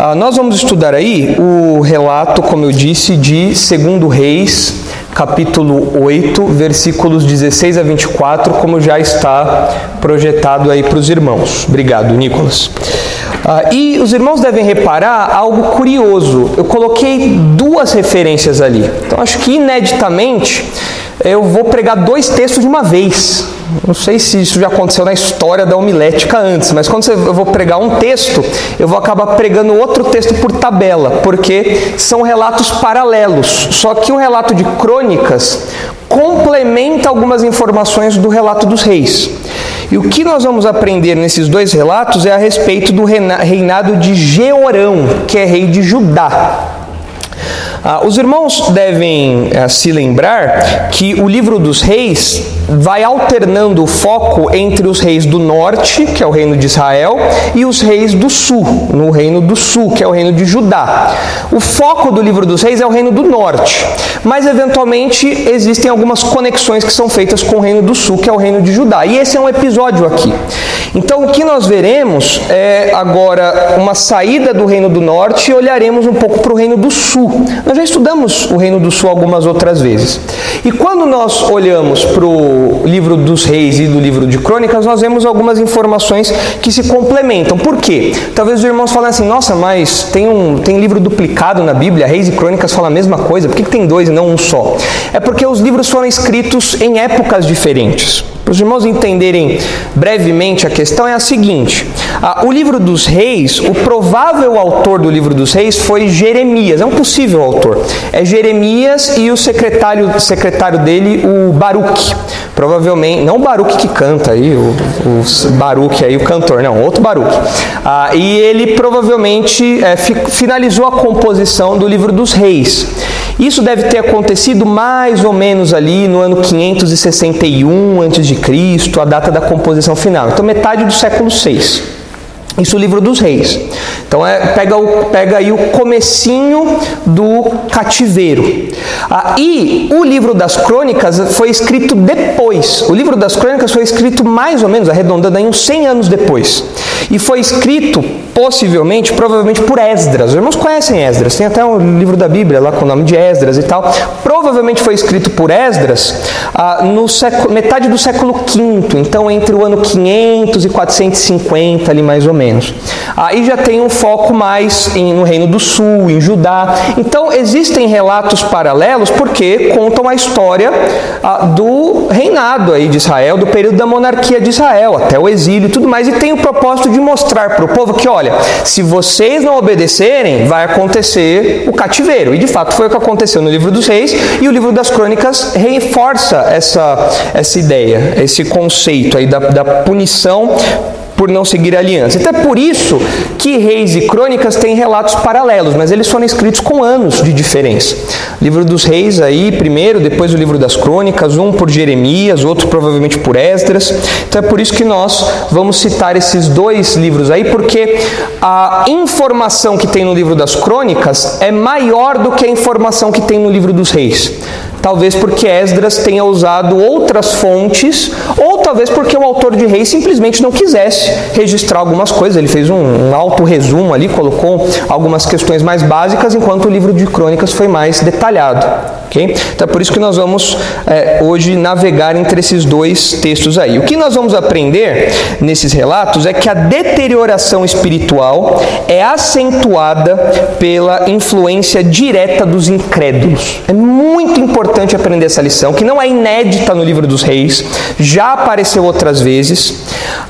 Nós vamos estudar aí o relato, como eu disse, de 2 Reis, capítulo 8, versículos 16 a 24, como já está projetado aí para os irmãos. Obrigado, Nicolas. E os irmãos devem reparar algo curioso. Eu coloquei duas referências ali. Então, acho que ineditamente eu vou pregar dois textos de uma vez. Não sei se isso já aconteceu na história da homilética antes, mas quando eu vou pregar um texto, eu vou acabar pregando outro texto por tabela, porque são relatos paralelos. Só que o relato de Crônicas complementa algumas informações do relato dos reis. E o que nós vamos aprender nesses dois relatos é a respeito do reinado de Jeorão, que é rei de Judá. Os irmãos devem se lembrar que o livro dos reis vai alternando o foco entre os reis do norte, que é o reino de Israel, e os reis do sul, no reino do sul, que é o reino de Judá. O foco do livro dos reis é o reino do norte, mas eventualmente existem algumas conexões que são feitas com o reino do sul, que é o reino de Judá. E esse é um episódio aqui. Então o que nós veremos é agora uma saída do reino do norte e olharemos um pouco para o reino do sul. Nós já estudamos o reino do sul algumas outras vezes. E quando nós olhamos para o livro dos reis e do livro de Crônicas, nós vemos algumas informações que se complementam. Por quê? Talvez os irmãos falem assim, nossa, mas tem livro duplicado na Bíblia, Reis e Crônicas falam a mesma coisa, por que tem dois e não um só? É porque os livros foram escritos em épocas diferentes. Para os irmãos entenderem brevemente a questão é a seguinte: o livro dos reis, o provável autor do livro dos reis foi Jeremias, é um possível autor. É Jeremias e o secretário dele, o Baruque. Provavelmente, não o Baruque que canta aí, o Baruque aí, o cantor, não, outro Baruque. E ele provavelmente finalizou a composição do livro dos reis. Isso deve ter acontecido mais ou menos ali no ano 561 a.C., a data da composição final. Então, metade do século VI. Isso é o livro dos reis. Então, pega aí o comecinho do cativeiro. E o livro das Crônicas foi escrito depois. O livro das Crônicas foi escrito mais ou menos, arredondando aí, uns 100 anos depois. E foi escrito, provavelmente por Esdras. Os irmãos conhecem Esdras. Tem até um livro da Bíblia lá com o nome de Esdras e tal. Provavelmente foi escrito por Esdras metade do século V. Então, entre o ano 500 e 450, ali mais ou menos. Aí já tem um foco mais no Reino do Sul, em Judá. Então, existem relatos paralelos porque contam a história do reinado aí de Israel, do período da monarquia de Israel, até o exílio e tudo mais. E tem o propósito de mostrar para o povo que, olha, se vocês não obedecerem, vai acontecer o cativeiro. E, de fato, foi o que aconteceu no livro dos reis. E o livro das Crônicas reforça essa ideia, esse conceito aí da punição por não seguir a aliança. Então é por isso que Reis e Crônicas têm relatos paralelos, mas eles foram escritos com anos de diferença. O livro dos Reis aí primeiro, depois o livro das Crônicas, um por Jeremias, outro provavelmente por Esdras. Então é por isso que nós vamos citar esses dois livros aí, porque a informação que tem no livro das Crônicas é maior do que a informação que tem no livro dos Reis. Talvez porque Esdras tenha usado outras fontes, ou talvez porque o autor de Reis simplesmente não quisesse registrar algumas coisas. Ele fez um alto resumo ali, colocou algumas questões mais básicas, enquanto o livro de Crônicas foi mais detalhado. Okay? Então é por isso que nós vamos hoje navegar entre esses dois textos aí. O que nós vamos aprender nesses relatos é que a deterioração espiritual é acentuada pela influência direta dos incrédulos. É muito importante aprender essa lição, que não é inédita no livro dos reis, já apareceu outras vezes.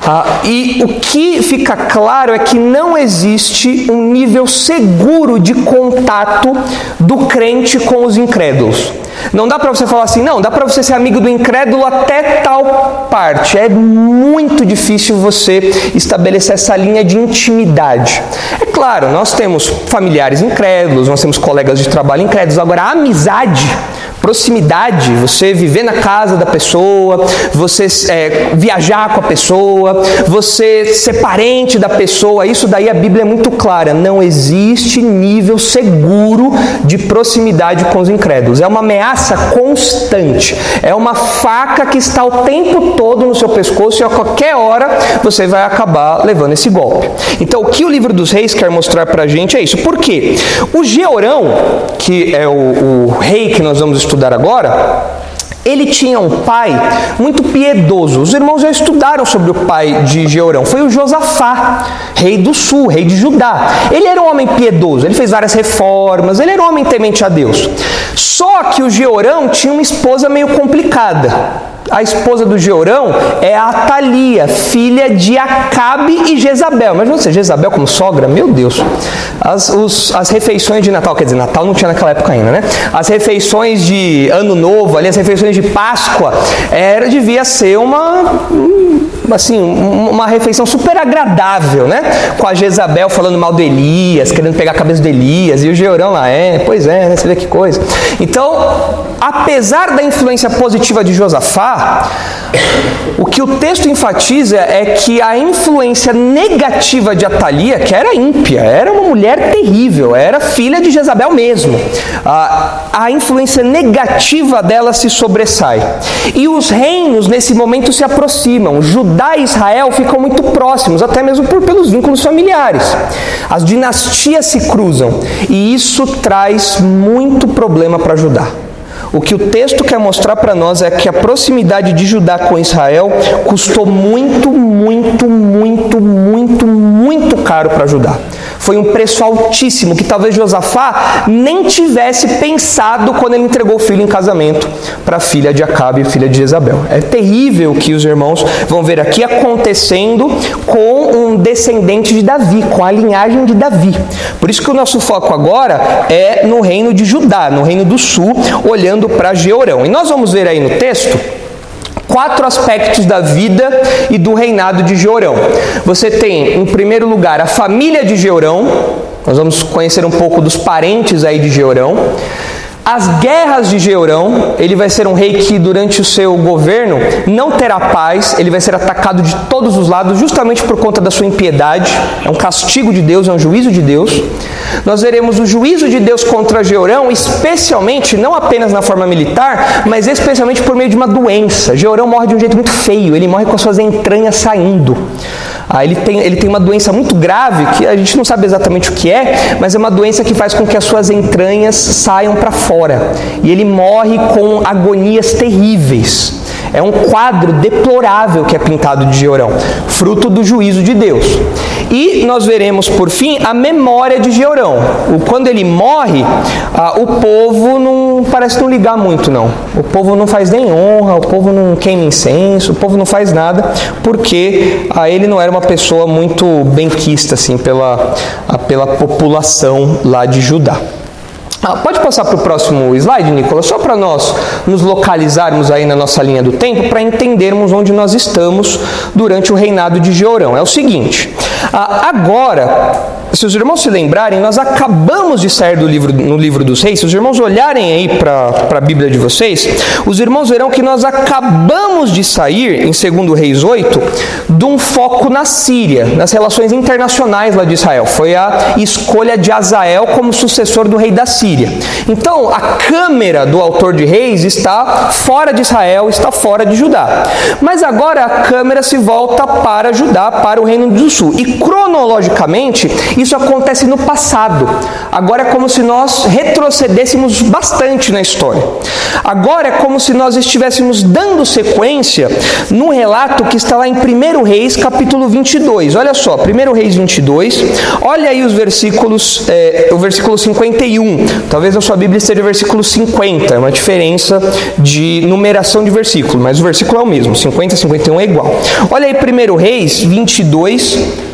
E o que fica claro é que não existe um nível seguro de contato do crente com os incrédulos. Não dá para você falar assim, não, dá para você ser amigo do incrédulo até tal parte. É muito difícil você estabelecer essa linha de intimidade. É claro, nós temos familiares incrédulos, nós temos colegas de trabalho incrédulos. Agora, a amizade Proximidade, você viver na casa da pessoa, você viajar com a pessoa, você ser parente da pessoa, isso daí a Bíblia é muito clara. Não existe nível seguro de proximidade com os incrédulos. É uma ameaça constante. É uma faca que está o tempo todo no seu pescoço e a qualquer hora você vai acabar levando esse golpe. Então, o que o livro dos Reis quer mostrar pra gente é isso. Por quê? O Georão, que é o rei que nós vamos estudar agora, ele tinha um pai muito piedoso. Os irmãos já estudaram sobre o pai de Georão. Foi o Josafá, rei do sul, rei de Judá. Ele era um homem piedoso, ele fez várias reformas, ele era um homem temente a Deus. Só que o Georão tinha uma esposa meio complicada. A esposa do Georão é a Atalia, filha de Acabe e Jezabel. Mas você, Jezabel como sogra? Meu Deus. As refeições de Natal, quer dizer, Natal não tinha naquela época ainda, né? As refeições de Ano Novo, ali, as refeições de Páscoa, devia ser uma refeição super agradável, né? Com a Jezabel falando mal do Elias, querendo pegar a cabeça do Elias, e o Georão lá, pois é, né? Você vê que coisa. Então, apesar da influência positiva de Josafá, o que o texto enfatiza é que a influência negativa de Atalia, que era ímpia, era uma mulher terrível, era filha de Jezabel mesmo, a influência negativa dela se sobressai. E os reinos nesse momento se aproximam. Judá e Israel ficam muito próximos, até mesmo pelos vínculos familiares. As dinastias se cruzam e isso traz muito problema para Judá. O que o texto quer mostrar para nós é que a proximidade de Judá com Israel custou muito, muito, muito, muito, muito caro para Judá. Foi um preço altíssimo que talvez Josafá nem tivesse pensado quando ele entregou o filho em casamento para a filha de Acabe e filha de Jezabel. É terrível o que os irmãos vão ver aqui acontecendo com um descendente de Davi, com a linhagem de Davi. Por isso que o nosso foco agora é no reino de Judá, no reino do sul, olhando para Georão. E nós vamos ver aí no texto 4 aspectos da vida e do reinado de Georão. Você tem, em primeiro lugar, a família de Georão. Nós vamos conhecer um pouco dos parentes aí de Georão. As guerras de Georão. Ele vai ser um rei que durante o seu governo não terá paz, ele vai ser atacado de todos os lados justamente por conta da sua impiedade. É um castigo de Deus, é um juízo de Deus. Nós veremos o juízo de Deus contra Georão, especialmente, não apenas na forma militar, mas especialmente por meio de uma doença. Georão morre de um jeito muito feio, ele morre com as suas entranhas saindo. Ele tem uma doença muito grave, que a gente não sabe exatamente o que é, mas é uma doença que faz com que as suas entranhas saiam para fora. E ele morre com agonias terríveis. É um quadro deplorável que é pintado de Georão, fruto do juízo de Deus. E nós veremos, por fim, a memória de Georão. Quando ele morre, o povo parece não ligar muito, não. O povo não faz nem honra, o povo não queima incenso, o povo não faz nada, porque ele não era uma pessoa muito benquista assim, pela população lá de Judá. Pode passar para o próximo slide, Nicolas, só para nós nos localizarmos aí na nossa linha do tempo, para entendermos onde nós estamos durante o reinado de Georão. É o seguinte, agora, se os irmãos se lembrarem, nós acabamos de sair no livro dos Reis. Se os irmãos olharem aí para a Bíblia de vocês, os irmãos verão que nós acabamos de sair, em 2 Reis 8, de um foco na Síria, nas relações internacionais lá de Israel. Foi a escolha de Azael como sucessor do rei da Síria. Então, a câmera do autor de Reis está fora de Israel, está fora de Judá. Mas agora a câmera se volta para Judá, para o reino do sul. E cronologicamente, isso acontece no passado. Agora é como se nós retrocedêssemos bastante na história. Agora é como se nós estivéssemos dando sequência no relato que está lá em 1 Reis, capítulo 22. Olha só, 1 Reis 22, olha aí os versículos, o versículo 51. Talvez na sua Bíblia esteja o versículo 50, é uma diferença de numeração de versículo, mas o versículo é o mesmo, 50 e 51 é igual. Olha aí 1 Reis 22,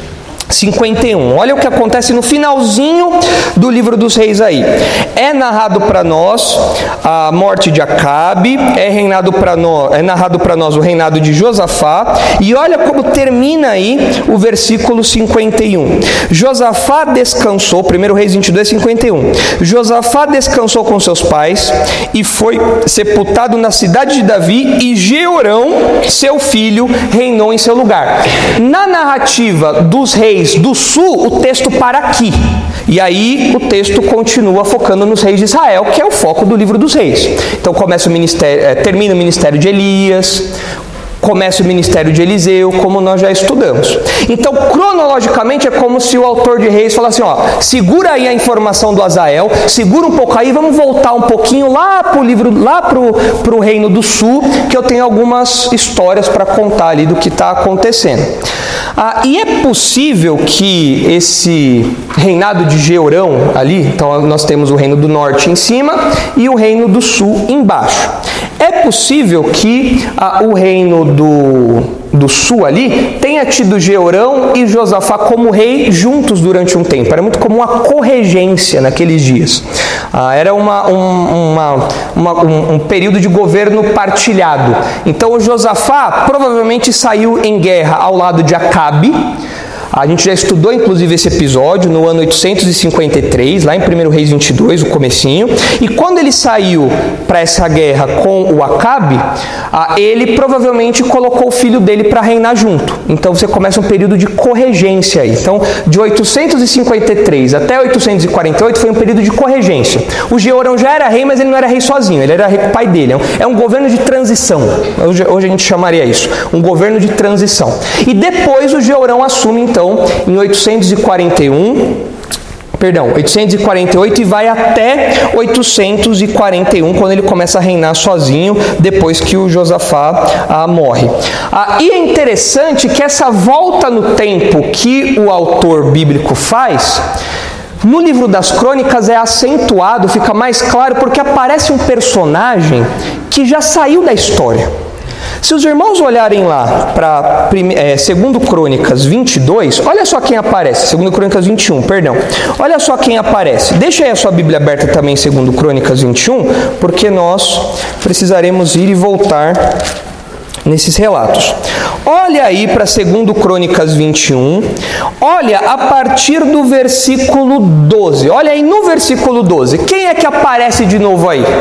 51. Olha o que acontece no finalzinho do livro dos reis aí. É narrado para nós a morte de Acabe, é narrado para nós o reinado de Josafá, e olha como termina aí o versículo 51. Josafá descansou, 1 Reis 22, 51. Josafá descansou com seus pais e foi sepultado na cidade de Davi, e Jeorão, seu filho, reinou em seu lugar. Na narrativa dos reis do sul, o texto para aqui. E aí o texto continua focando nos reis de Israel, que é o foco do livro dos reis. Então termina o ministério de Elias, começa o ministério de Eliseu, como nós já estudamos. Então, cronologicamente, é como se o autor de Reis falasse assim, segura aí a informação do Azael, segura um pouco aí, vamos voltar um pouquinho lá para o reino do sul, que eu tenho algumas histórias para contar ali do que está acontecendo. E é possível que esse reinado de Jeorão ali, então nós temos o reino do norte em cima e o reino do sul embaixo. É possível que o reino do sul ali tenha tido Jeorão e Josafá como rei juntos durante um tempo. Era muito comum a corregência naqueles dias. Era um período de governo partilhado. Então o Josafá provavelmente saiu em guerra ao lado de Acabe. A gente já estudou, inclusive, esse episódio no ano 853, lá em 1 Reis 22, o comecinho. E quando ele saiu para essa guerra com o Acabe, ele provavelmente colocou o filho dele para reinar junto. Então você começa um período de corregência aí. Então, de 853 até 848 foi um período de corregência. O Jeorão já era rei, mas ele não era rei sozinho, ele era rei com o pai dele. É um governo de transição. Hoje a gente chamaria isso, um governo de transição. E depois o Jeorão assume, então, em 848 e vai até 841, quando ele começa a reinar sozinho, depois que o Josafá morre. E é interessante que essa volta no tempo que o autor bíblico faz, no livro das Crônicas é acentuado, fica mais claro, porque aparece um personagem que já saiu da história. Se os irmãos olharem lá para 2 Crônicas 22, olha só quem aparece, 2 Crônicas 21, perdão. Olha só quem aparece. Deixa aí a sua Bíblia aberta também em 2 Crônicas 21, porque nós precisaremos ir e voltar nesses relatos. Olha aí para 2 Crônicas 21, olha a partir do versículo 12. Olha aí no versículo 12. Quem é que aparece de novo aí?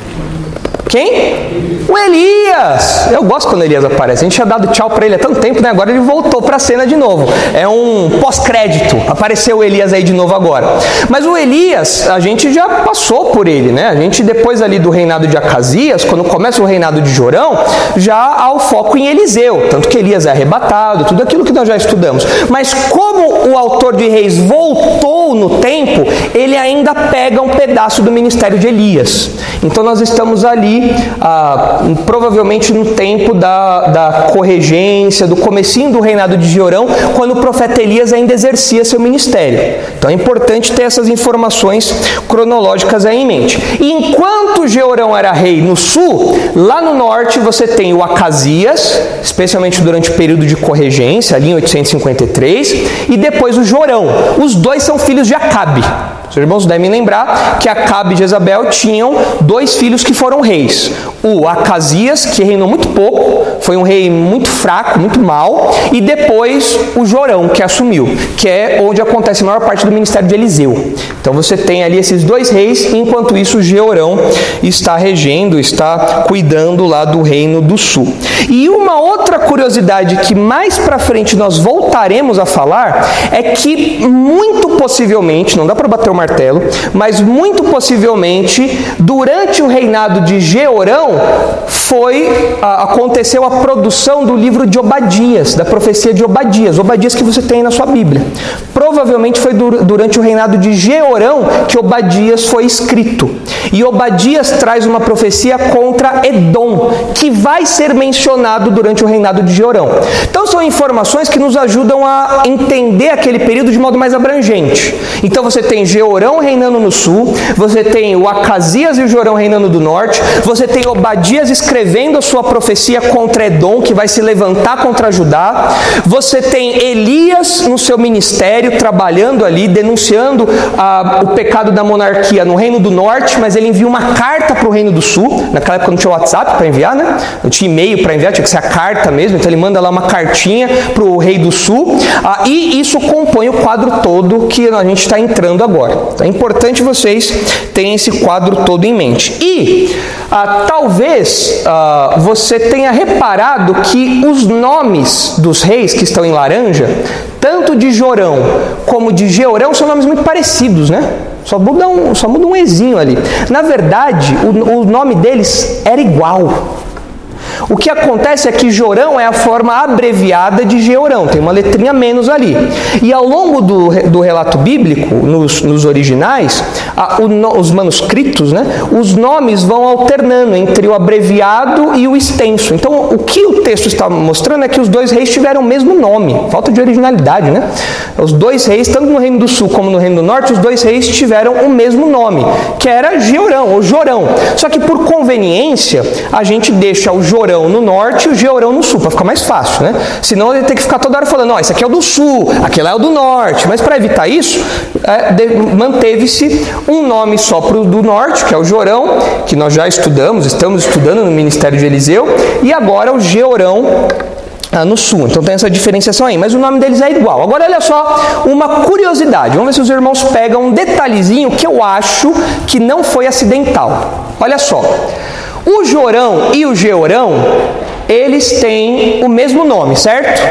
Quem? O Elias! Eu gosto quando o Elias aparece. A gente tinha dado tchau para ele há tanto tempo, né? Agora ele voltou para a cena de novo. É um pós-crédito. Apareceu o Elias aí de novo agora. Mas o Elias, a gente já passou por ele, né? A gente, depois ali do reinado de Acasias, quando começa o reinado de Jorão, já há o foco em Eliseu. Tanto que Elias é arrebatado, tudo aquilo que nós já estudamos. Mas como o autor de Reis voltou no tempo, ele ainda pega um pedaço do ministério de Elias. Então nós estamos ali provavelmente no tempo da corregência, do comecinho do reinado de Jeorão, quando o profeta Elias ainda exercia seu ministério. Então é importante ter essas informações cronológicas aí em mente. E enquanto Jeorão era rei no sul, lá no norte você tem o Acasias, especialmente durante o período de corregência, ali em 853, e depois o Jorão. Os dois são filhos de Acabe. Os irmãos devem lembrar que Acabe e Jezabel tinham dois filhos que foram reis. O Acasias, que reinou muito pouco, foi um rei muito fraco, muito mau, e depois o Jorão, que assumiu, que é onde acontece a maior parte do ministério de Eliseu. Então você tem ali esses dois reis, enquanto isso o Jeorão está regendo, está cuidando lá do reino do sul. E uma outra curiosidade que mais para frente nós voltaremos a falar é que muito possivelmente, não dá para bater o martelo, mas muito possivelmente durante o reinado de Jeorão aconteceu a produção do livro de Obadias, da profecia de Obadias que você tem na sua Bíblia. Provavelmente foi durante o reinado de Jeorão que Obadias foi escrito. E Obadias traz uma profecia contra Edom, que vai ser mencionado durante o reinado de Jeorão. Então são informações que nos ajudam a entender aquele período de modo mais abrangente. Então você tem Jeorão Jeorão reinando no sul, você tem o Acasias e o Jorão reinando do norte, você tem Obadias escrevendo a sua profecia contra Edom, que vai se levantar contra Judá, você tem Elias no seu ministério, trabalhando ali, denunciando o pecado da monarquia no reino do norte, mas ele envia uma carta para o reino do sul. Naquela época não tinha WhatsApp para enviar, né? Não tinha e-mail para enviar, tinha que ser a carta mesmo, então ele manda lá uma cartinha para o rei do sul, e isso compõe o quadro todo que a gente está entrando agora. Então é importante vocês terem esse quadro todo em mente. E talvez você tenha reparado que os nomes dos reis que estão em laranja, tanto de Jorão como de Jeorão, são nomes muito parecidos, né? Só muda um ezinho ali. Na verdade, o nome deles era igual. O que acontece é que Jorão é a forma abreviada de Jeorão, tem uma letrinha menos ali. E ao longo do relato bíblico, nos originais, os manuscritos, né, os nomes vão alternando entre o abreviado e o extenso. Então, o que o texto está mostrando é que os dois reis tiveram o mesmo nome. Falta de originalidade, né? Os dois reis, tanto no reino do sul como no reino do norte, os dois reis tiveram o mesmo nome, que era Jeorão, ou Jorão. Só que por conveniência, a gente deixa o Jorão no norte e o Jeorão no sul, para ficar mais fácil, né? Senão ele tem que ficar toda hora falando, esse aqui é o do sul, aquele é o do norte. Mas para evitar isso, manteve-se um nome só para o do norte, que é o Jorão, que nós já estamos estudando no ministério de Eliseu, e agora o Jeorão no sul. Então tem essa diferenciação aí, mas o nome deles é igual. Agora olha só uma curiosidade, vamos ver se os irmãos pegam um detalhezinho que eu acho que não foi acidental. Olha só, o Jorão e o Jeorão, eles têm o mesmo nome, certo?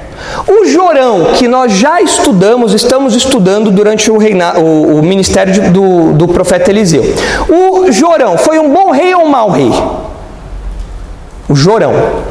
O Jorão, que nós já estamos estudando durante o ministério do profeta Eliseu. O Jorão foi um bom rei ou um mau rei? O Jorão.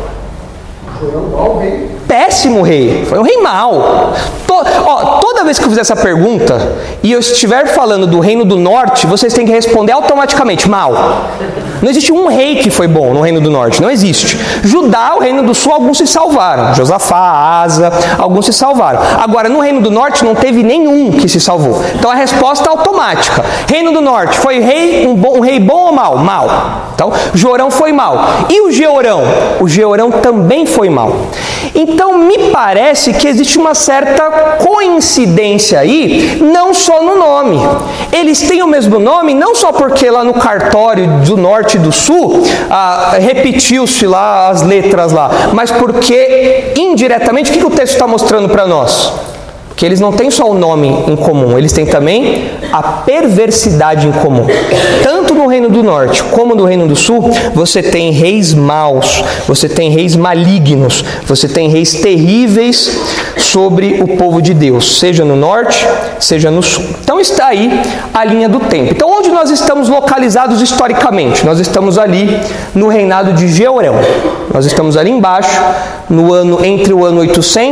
Péssimo rei, foi um rei mau. Toda vez que eu fizer essa pergunta e eu estiver falando do reino do norte, vocês têm que responder automaticamente, mau. Não existe um rei que foi bom no reino do norte, não existe. Judá, o reino do sul, alguns se salvaram. Josafá, Asa, alguns se salvaram. Agora, no reino do norte não teve nenhum que se salvou. Então a resposta é automática. Reino do norte, foi um rei bom ou mau? Mau. Então, Jorão foi mau. E o Jeorão? O Jeorão também foi mau. Então, me parece que existe uma certa coincidência aí, não só no nome. Eles têm o mesmo nome, não só porque lá no cartório do norte e do sul, repetiu-se lá as letras lá, mas porque, indiretamente, o que o texto está mostrando para nós? Que eles não têm só o nome em comum, eles têm também a perversidade em comum. Tanto no reino do norte como no reino do sul, você tem reis maus, você tem reis malignos, você tem reis terríveis sobre o povo de Deus, seja no norte, seja no sul. Então está aí a linha do tempo. Então onde nós estamos localizados historicamente? Nós estamos ali no reinado de Jeorão. Nós estamos ali embaixo, entre o ano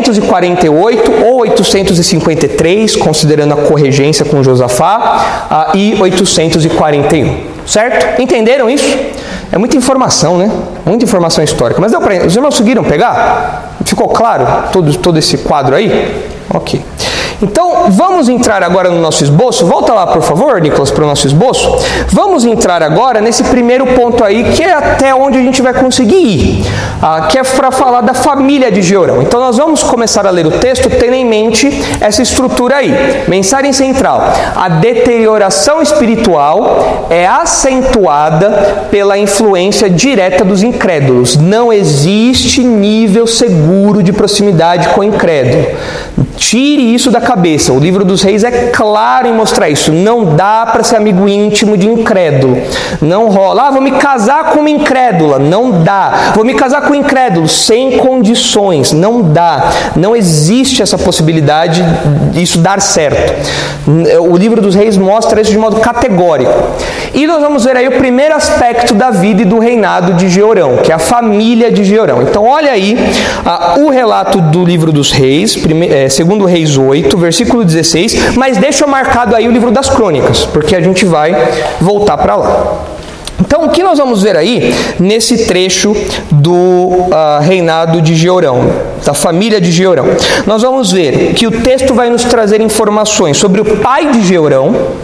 848 ou 853, considerando a corregência com Josafá, e 841. Certo? Entenderam isso? É muita informação, né? Muita informação histórica. Mas os irmãos conseguiram pegar? Ficou claro todo esse quadro aí? Ok. Então, vamos entrar agora no nosso esboço. Volta lá, por favor, Nicolas, para o nosso esboço. Vamos entrar agora nesse primeiro ponto aí, que é até onde a gente vai conseguir ir, que é para falar da família de Jeorão. Então, nós vamos começar a ler o texto tendo em mente essa estrutura aí. Mensagem central. A deterioração espiritual é acentuada pela influência direta dos incrédulos. Não existe nível seguro de proximidade com o incrédulo. Tire isso da cabeça. O livro dos reis é claro em mostrar isso. Não dá para ser amigo íntimo de incrédulo. Não rola. Vou me casar com uma incrédula. Não dá. Vou me casar com um incrédulo sem condições. Não dá. Não existe essa possibilidade disso dar certo. O livro dos reis mostra isso de modo categórico. E nós vamos ver aí o primeiro aspecto da vida e do reinado de Jeorão, que é a família de Jeorão. Então olha aí o relato do livro dos reis, segundo Reis 8, versículo 16, mas deixa marcado aí o livro das crônicas, porque a gente vai voltar para lá. Então, o que nós vamos ver aí nesse trecho do reinado de Jeorão, da família de Jeorão? Nós vamos ver que o texto vai nos trazer informações sobre o pai de Jeorão,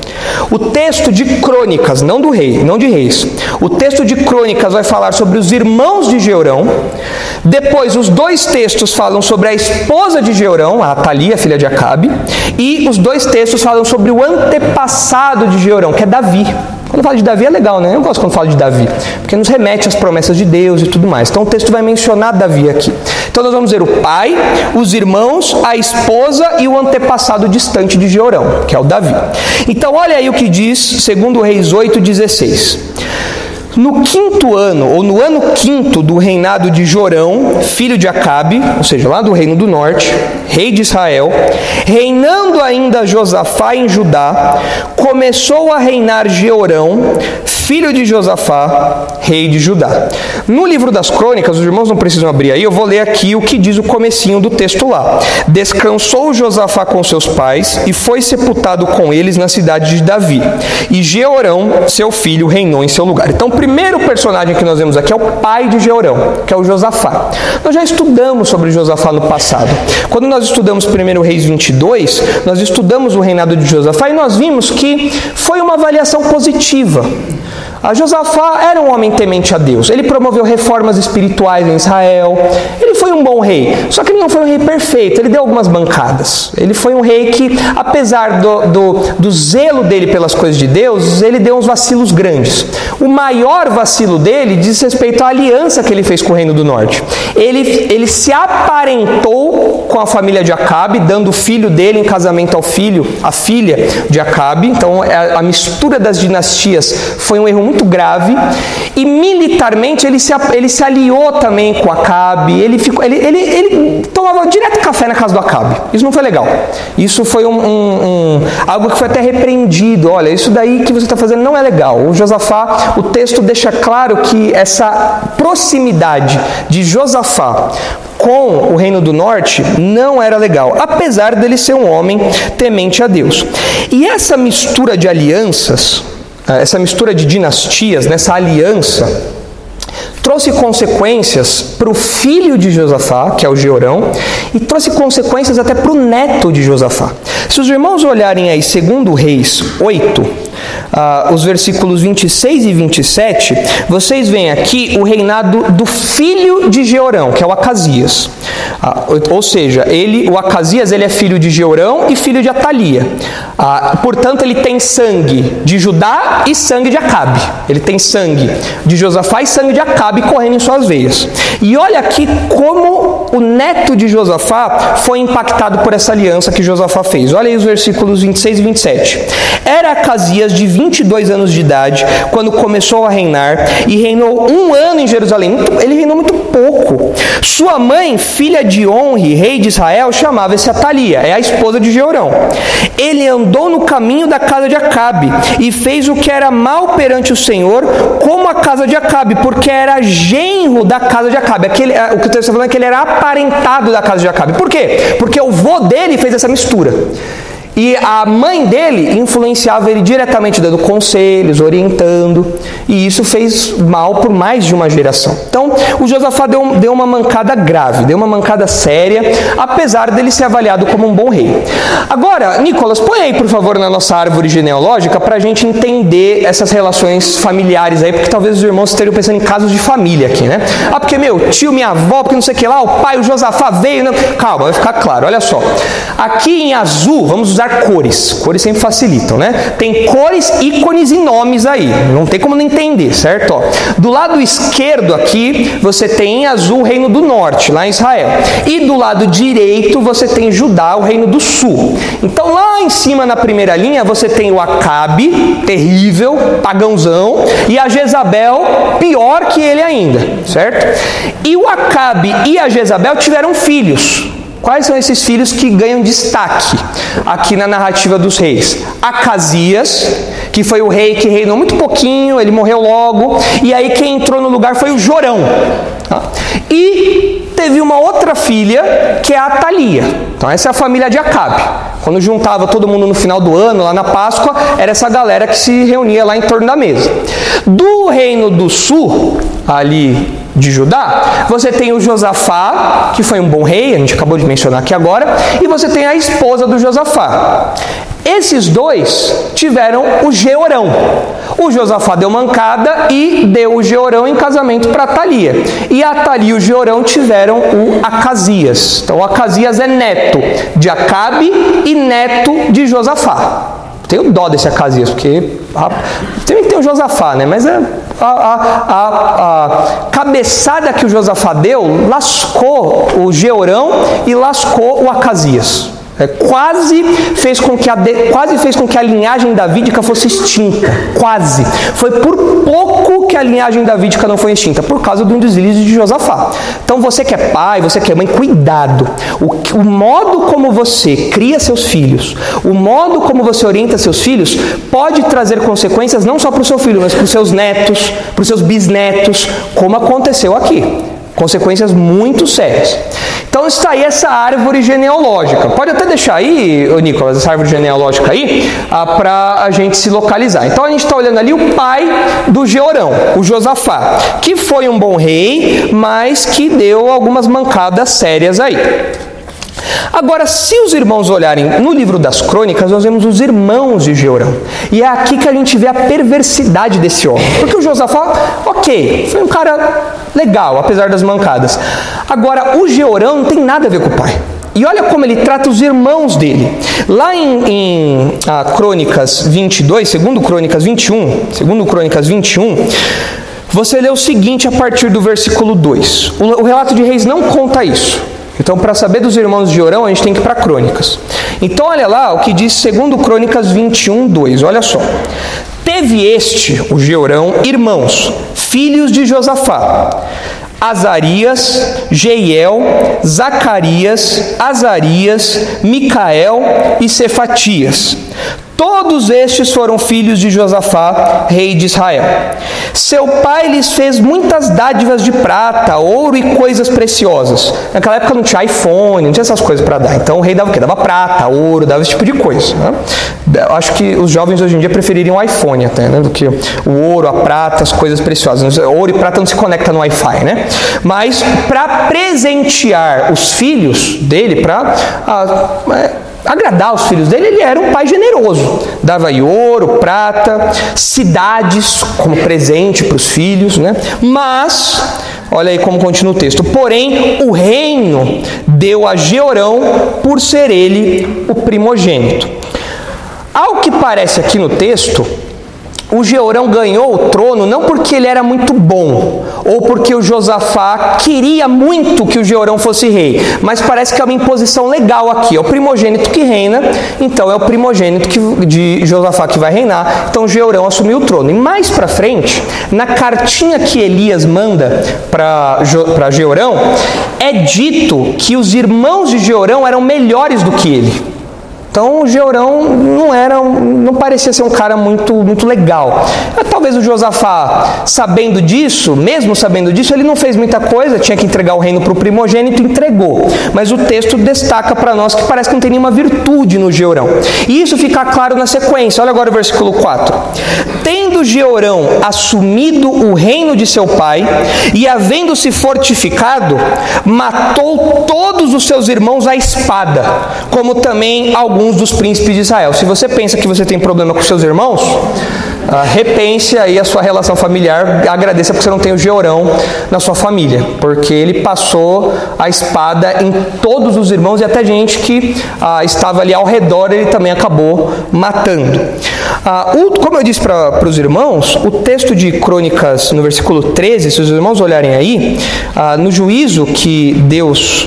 O texto de Crônicas, não de Reis, o texto de Crônicas vai falar sobre os irmãos de Jeorão. Depois, os 2 textos falam sobre a esposa de Jeorão, a Atalia, filha de Acabe. E os 2 textos falam sobre o antepassado de Jeorão, que é Davi. Quando fala de Davi é legal, né? Eu gosto quando fala de Davi, porque nos remete às promessas de Deus e tudo mais. Então o texto vai mencionar Davi aqui. Então nós vamos ver o pai, os irmãos, a esposa e o antepassado distante de Jeorão, que é o Davi. Então olha aí o que diz 2 Reis 8:16. No 5º ano, ou no ano 5º do reinado de Jorão, filho de Acabe, ou seja, lá do reino do norte, rei de Israel, reinando ainda Josafá em Judá, começou a reinar Jeorão, filho de Josafá, rei de Judá. No livro das Crônicas, os irmãos não precisam abrir aí, eu vou ler aqui o que diz o comecinho do texto lá. Descansou Josafá com seus pais e foi sepultado com eles na cidade de Davi. E Jeorão, seu filho, reinou em seu lugar. Então, o primeiro personagem que nós vemos aqui é o pai de Jeorão, que é o Josafá. Nós já estudamos sobre Josafá no passado. Quando nós estudamos 1 Reis 22, nós estudamos o reinado de Josafá e nós vimos que foi uma avaliação positiva. A Josafá era um homem temente a Deus. Ele promoveu reformas espirituais em Israel. Ele foi um bom rei. Só que ele não foi um rei perfeito. Ele deu algumas bancadas. Ele foi um rei que, apesar do zelo dele pelas coisas de Deus, ele deu uns vacilos grandes. O maior vacilo dele diz respeito à aliança que ele fez com o Reino do Norte. Ele se aparentou com a família de Acabe, dando o filho dele em casamento à filha de Acabe. Então, a mistura das dinastias foi um erro muito grave, e militarmente ele se aliou também com Acabe. Ele tomava direto café na casa do Acabe. Isso não foi legal. Isso foi algo que foi até repreendido. Olha, isso daí que você está fazendo não é legal. O Josafá, o texto deixa claro que essa proximidade de Josafá com o Reino do Norte não era legal, apesar dele ser um homem temente a Deus. E essa mistura de alianças, essa mistura de dinastias, nessa aliança, trouxe consequências para o filho de Josafá, que é o Jeorão, e trouxe consequências até para o neto de Josafá. Se os irmãos olharem aí 2 Reis 8, os versículos 26 e 27, vocês veem aqui o reinado do filho de Jeorão, que é o Acasias. Ou seja, o Acasias ele é filho de Jeorão e filho de Atalia. Portanto, ele tem sangue de Judá e sangue de Acabe. Ele tem sangue de Josafá e sangue de Acabe correndo em suas veias. E olha aqui como o neto de Josafá foi impactado por essa aliança que Josafá fez. Olha aí os versículos 26 e 27. Era Acasias de 22 anos de idade quando começou a reinar e reinou 1 ano em Jerusalém. Ele reinou muito pouco. Sua mãe, filha de Onri, rei de Israel, chamava-se Atalia, é a esposa de Jeorão. Ele andou no caminho da casa de Acabe e fez o que era mal perante o Senhor, como a casa de Acabe, porque era genro da casa de Acabe. O que o texto está falando é que ele era aparentado da casa de Acabe. Por quê? Porque o vô dele fez essa mistura. E a mãe dele influenciava ele diretamente, dando conselhos, orientando. E isso fez mal por mais de uma geração. Então, o Josafá deu uma mancada grave, deu uma mancada séria, apesar dele ser avaliado como um bom rei. Agora, Nicolas, põe aí, por favor, na nossa árvore genealógica, para a gente entender essas relações familiares aí, porque talvez os irmãos estejam pensando em casos de família aqui, né? Porque meu tio, minha avó, porque não sei o que lá, o pai, o Josafá veio... Não... Calma, vai ficar claro, olha só. Aqui em azul, vamos usar cores. Cores sempre facilitam, né? Tem cores, ícones e nomes aí. Não tem como não entender, certo? Ó, do lado esquerdo aqui, você tem em azul o Reino do Norte, lá em Israel. E do lado direito, você tem Judá, o Reino do Sul. Então, lá em cima, na primeira linha, você tem o Acabe, terrível, pagãozão, e a Jezabel, pior que ele ainda, certo? E o Acabe e a Jezabel tiveram filhos. Quais são esses filhos que ganham destaque aqui na narrativa dos reis? Acasias, que foi o rei que reinou muito pouquinho, ele morreu logo, e aí quem entrou no lugar foi o Jorão. E teve uma outra filha, que é a Atalia. Então essa é a família de Acabe. Quando juntava todo mundo no final do ano, lá na Páscoa, era essa galera que se reunia lá em torno da mesa. Do Reino do Sul, ali de Judá, você tem o Josafá, que foi um bom rei, a gente acabou de mencionar aqui agora, e você tem a esposa do Josafá. Esses dois tiveram o Jeorão. O Josafá deu mancada e deu o Jeorão em casamento para Atalia. E a Atalia e o Jeorão tiveram o Acasias. Então o Acasias é neto de Acabe e neto de Josafá. Tenho dó desse Acasias, porque também tem o Josafá, né? Mas a cabeçada que o Josafá deu lascou o Jeorão e lascou o Acasias. Quase fez com que a linhagem davídica fosse extinta. Quase. Foi por pouco que a linhagem davídica não foi extinta, por causa de um deslize de Josafá. Então você que é pai, você que é mãe, cuidado. O modo como você cria seus filhos, o modo como você orienta seus filhos, pode trazer consequências não só para o seu filho, mas para os seus netos, para os seus bisnetos, como aconteceu aqui. Consequências muito sérias. Então está aí essa árvore genealógica. Pode até deixar aí, Nicolas, essa árvore genealógica aí, para a gente se localizar. Então a gente está olhando ali o pai do Jeorão, o Josafá, que foi um bom rei, mas que deu algumas mancadas sérias aí. Agora, se os irmãos olharem no livro das crônicas, nós vemos os irmãos de Jeorão. E é aqui que a gente vê a perversidade desse homem. Porque o Josafá, ok, foi um cara legal, apesar das mancadas. Agora, o Jeorão não tem nada a ver com o pai. E olha como ele trata os irmãos dele. Lá em Crônicas 22, segundo Crônicas 21, você lê o seguinte a partir do versículo 2. O relato de Reis não conta isso. Então, para saber dos irmãos de Jeorão, a gente tem que ir para Crônicas. Então, olha lá o que diz segundo Crônicas 21, 2. Olha só. Teve este, o Jeorão, irmãos, filhos de Josafá: Azarias, Jeiel, Zacarias, Azarias, Micael e Cefatias. Todos estes foram filhos de Josafá, rei de Israel. Seu pai lhes fez muitas dádivas de prata, ouro e coisas preciosas. Naquela época não tinha iPhone, não tinha essas coisas para dar. Então o rei dava o quê? Dava prata, ouro, dava esse tipo de coisa. Né? Acho que os jovens hoje em dia prefeririam o iPhone até, né? Do que o ouro, a prata, as coisas preciosas. Ouro e prata não se conectam no Wi-Fi, né? Mas para presentear os filhos dele, para agradar os filhos dele, ele era um pai generoso. Dava ouro, prata, cidades como presente para os filhos, né? Mas, olha aí como continua o texto. Porém, o reino deu a Jeorão por ser ele o primogênito. Ao que parece aqui no texto, o Jeorão ganhou o trono não porque ele era muito bom, ou porque o Josafá queria muito que o Jeorão fosse rei, mas parece que é uma imposição legal aqui. É o primogênito que reina, então é o primogênito de Josafá que vai reinar, então Jeorão assumiu o trono. E mais para frente, na cartinha que Elias manda para Jeorão, é dito que os irmãos de Jeorão eram melhores do que ele. Então o Jeorão não parecia ser um cara muito legal. Talvez o Josafá, mesmo sabendo disso, ele não fez muita coisa, tinha que entregar o reino para o primogênito, entregou. Mas o texto destaca para nós que parece que não tem nenhuma virtude no Jeorão. E isso fica claro na sequência. Olha agora o versículo 4. Tendo Jeorão assumido o reino de seu pai e havendo-se fortificado, matou todos os seus irmãos à espada, como também alguns dos príncipes de Israel. Se você pensa que você tem problema com seus irmãos, repense aí a sua relação familiar, agradeça porque você não tem o Jeorão na sua família, porque ele passou a espada em todos os irmãos e até gente que estava ali ao redor, ele também acabou matando. Como eu disse para os irmãos, o texto de Crônicas, no versículo 13, se os irmãos olharem aí, no juízo que Deus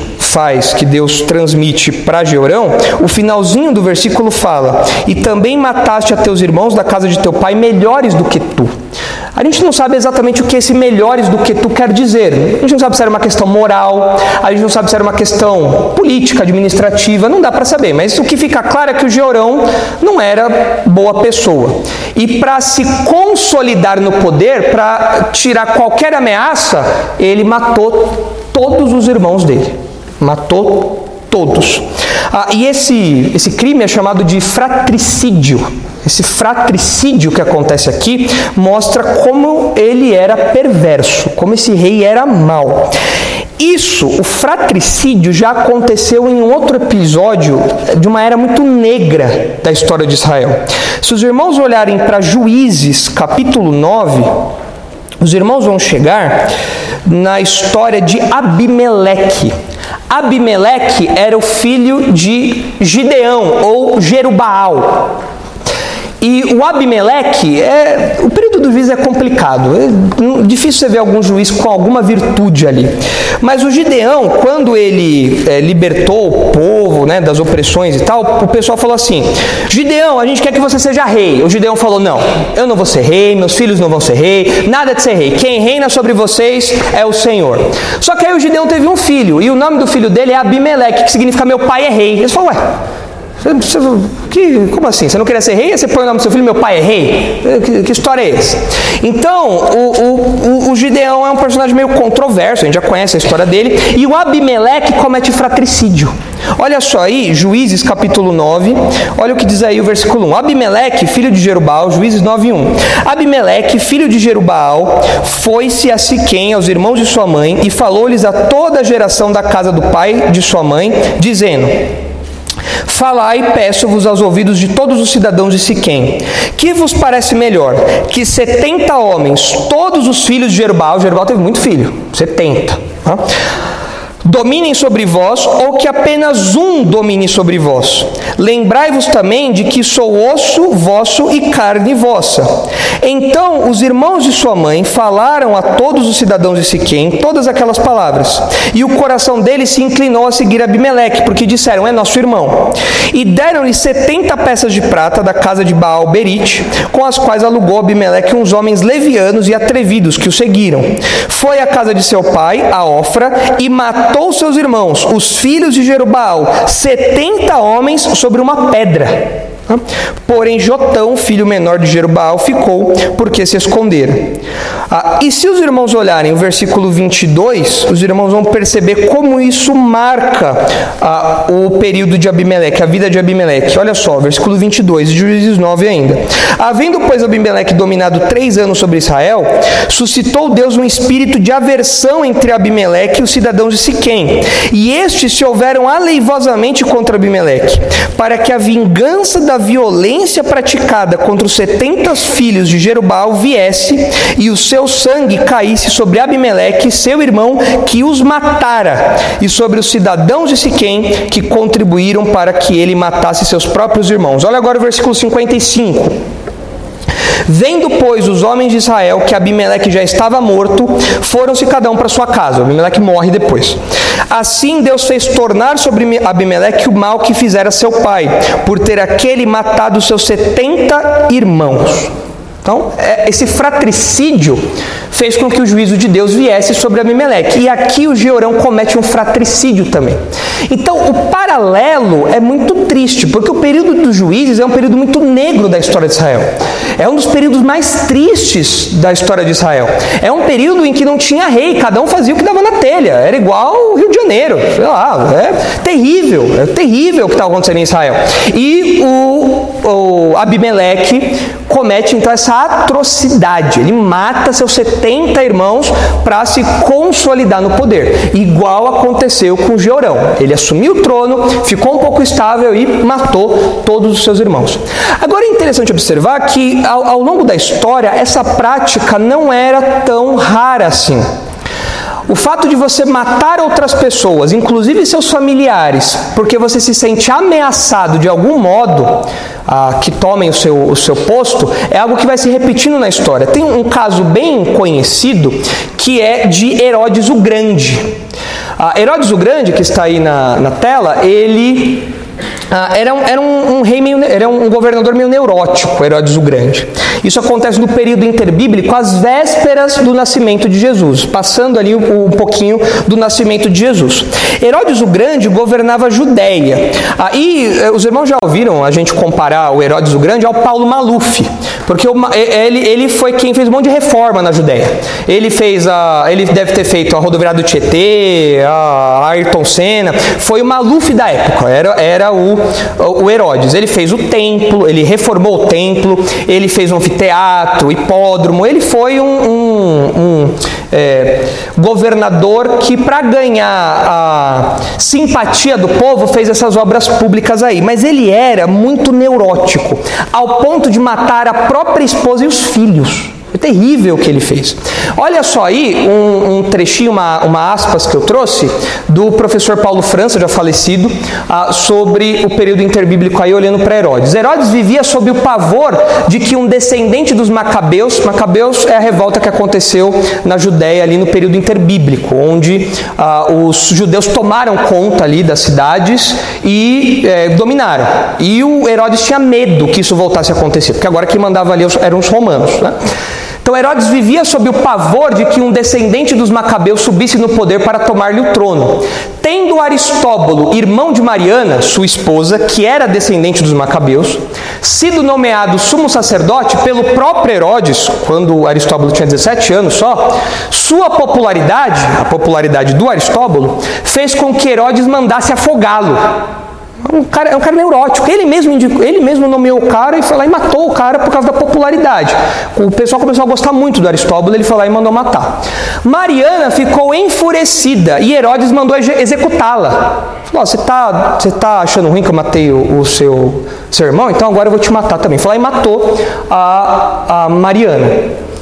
transmite para Jeorão, o finalzinho do versículo fala: e também mataste a teus irmãos da casa de teu pai melhores do que tu. A gente não sabe exatamente o que esse melhores do que tu quer dizer. A gente não sabe se era uma questão moral, a gente não sabe se era uma questão política, administrativa, não dá para saber. Mas o que fica claro é que o Jeorão não era boa pessoa. E para se consolidar no poder, para tirar qualquer ameaça, ele matou todos os irmãos dele. Matou todos. E esse crime é chamado de fratricídio. Esse fratricídio que acontece aqui mostra como ele era perverso, como esse rei era mau. Isso, o fratricídio, já aconteceu em um outro episódio de uma era muito negra da história de Israel. Se os irmãos olharem para Juízes, capítulo 9, os irmãos vão chegar na história de Abimeleque. Abimeleque era o filho de Gideão, ou Jerubaal. E o Abimeleque, o período do juiz é complicado, é difícil você ver algum juiz com alguma virtude ali. Mas o Gideão, quando ele libertou o povo, né, das opressões e tal, o pessoal falou assim: Gideão, a gente quer que você seja rei. O Gideão falou: não, eu não vou ser rei, meus filhos não vão ser rei, nada de ser rei. Quem reina sobre vocês é o Senhor. Só que aí o Gideão teve um filho, e o nome do filho dele é Abimeleque, que significa meu pai é rei. Eles falaram: ué, como assim? Você não queria ser rei? Você põe o nome do seu filho, meu pai é rei? Que história é essa? Então, o Gideão é um personagem meio controverso, a gente já conhece a história dele, e o Abimeleque comete fratricídio. Olha só aí, Juízes capítulo 9, olha o que diz aí o versículo 1. Abimeleque, filho de Jerubaal, Juízes 9:1. Abimeleque, filho de Jerubaal, foi-se a Siquém, aos irmãos de sua mãe, e falou-lhes a toda a geração da casa do pai de sua mãe, dizendo: falai, peço-vos aos ouvidos de todos os cidadãos de Siquém, que vos parece melhor, que 70 homens, todos os filhos de Jerubaal teve muito filho, 70, dominem sobre vós, ou que apenas um domine sobre vós? Lembrai-vos também de que sou osso vosso e carne vossa. Então os irmãos de sua mãe falaram a todos os cidadãos de Siquém todas aquelas palavras, e o coração deles se inclinou a seguir Abimeleque, porque disseram: é nosso irmão. E deram-lhe 70 peças de prata da casa de Baal-Berite, com as quais alugou Abimeleque uns homens levianos e atrevidos que o seguiram. Foi à casa de seu pai, a Ofra, e matou seus irmãos, os filhos de Jerubaal, 70 homens sobre uma pedra. Porém Jotão, filho menor de Jerubaal, ficou, porque se esconderam. E se os irmãos olharem o versículo 22, os irmãos vão perceber como isso marca o período de Abimeleque, a vida de Abimeleque. Olha só, versículo 22, de Juízes 9 ainda. Havendo, pois, Abimeleque dominado 3 anos sobre Israel, suscitou Deus um espírito de aversão entre Abimeleque e os cidadãos de Siquém. E estes se houveram aleivosamente contra Abimeleque, para que a vingança da violência praticada contra os 70 filhos de Jerubaal viesse, e o seu sangue caísse sobre Abimeleque, seu irmão, que os matara, e sobre os cidadãos de Siquém, que contribuíram para que ele matasse seus próprios irmãos. Olha agora o versículo 55. Vendo, pois, os homens de Israel que Abimeleque já estava morto, foram-se cada um para sua casa. Abimeleque morre depois. Assim Deus fez tornar sobre Abimeleque o mal que fizera seu pai, por ter aquele matado seus 70 irmãos. Então, esse fratricídio fez com que o juízo de Deus viesse sobre Abimeleque. E aqui o Jeorão comete um fratricídio também. Então, o paralelo é muito triste, porque o período dos juízes é um período muito negro da história de Israel. É um dos períodos mais tristes da história de Israel. É um período em que não tinha rei, cada um fazia o que dava na telha. Era igual o Rio de Janeiro, sei lá, é terrível o que estava acontecendo em Israel. E o Abimeleque comete então essa atrocidade. Ele mata seus 70 irmãos para se consolidar no poder, igual aconteceu com Jeorão. Ele assumiu o trono, ficou um pouco estável e matou todos os seus irmãos. Agora é interessante observar que ao longo da história essa prática não era tão rara assim. O fato de você matar outras pessoas, inclusive seus familiares, porque você se sente ameaçado de algum modo que tomem o seu posto, é algo que vai se repetindo na história. Tem um caso bem conhecido que é de Herodes o Grande. Herodes o Grande, que está aí na tela, ele era um governador meio neurótico, Herodes o Grande. Isso acontece no período interbíblico, às vésperas do nascimento de Jesus, passando ali um pouquinho do nascimento de Jesus. Herodes o Grande governava a Judéia. E os irmãos já ouviram a gente comparar o Herodes o Grande ao Paulo Maluf, porque ele foi quem fez um monte de reforma na Judéia. Ele deve ter feito a rodoviária do Tietê, a Ayrton Senna. Foi o Maluf da época, era o Herodes. Ele fez o templo, ele reformou o templo, ele fez um anfiteatro, hipódromo. Ele foi governador que, para ganhar a simpatia do povo, fez essas obras públicas aí. Mas ele era muito neurótico, ao ponto de matar a própria esposa e os filhos. É terrível o que ele fez. Olha só aí um trechinho, uma aspas que eu trouxe do professor Paulo França, já falecido, sobre o período interbíblico aí, olhando para Herodes. Herodes vivia sob o pavor de que um descendente dos Macabeus é a revolta que aconteceu na Judéia ali no período interbíblico, onde os judeus tomaram conta ali das cidades e dominaram. E o Herodes tinha medo que isso voltasse a acontecer, porque agora quem mandava ali eram os romanos, né? Então Herodes vivia sob o pavor de que um descendente dos Macabeus subisse no poder para tomar-lhe o trono. Tendo Aristóbulo, irmão de Mariana, sua esposa, que era descendente dos Macabeus, sido nomeado sumo sacerdote pelo próprio Herodes, quando Aristóbulo tinha 17 anos só, sua popularidade, a popularidade do Aristóbulo, fez com que Herodes mandasse afogá-lo. É um cara neurótico. Ele mesmo nomeou o cara e foi lá e matou o cara por causa da popularidade. O pessoal começou a gostar muito do Aristóbulo, ele foi lá e mandou matar. Mariana ficou enfurecida e Herodes mandou executá-la. Falou: você tá achando ruim que eu matei o seu irmão? Então agora eu vou te matar também. Foi lá e matou a Mariana.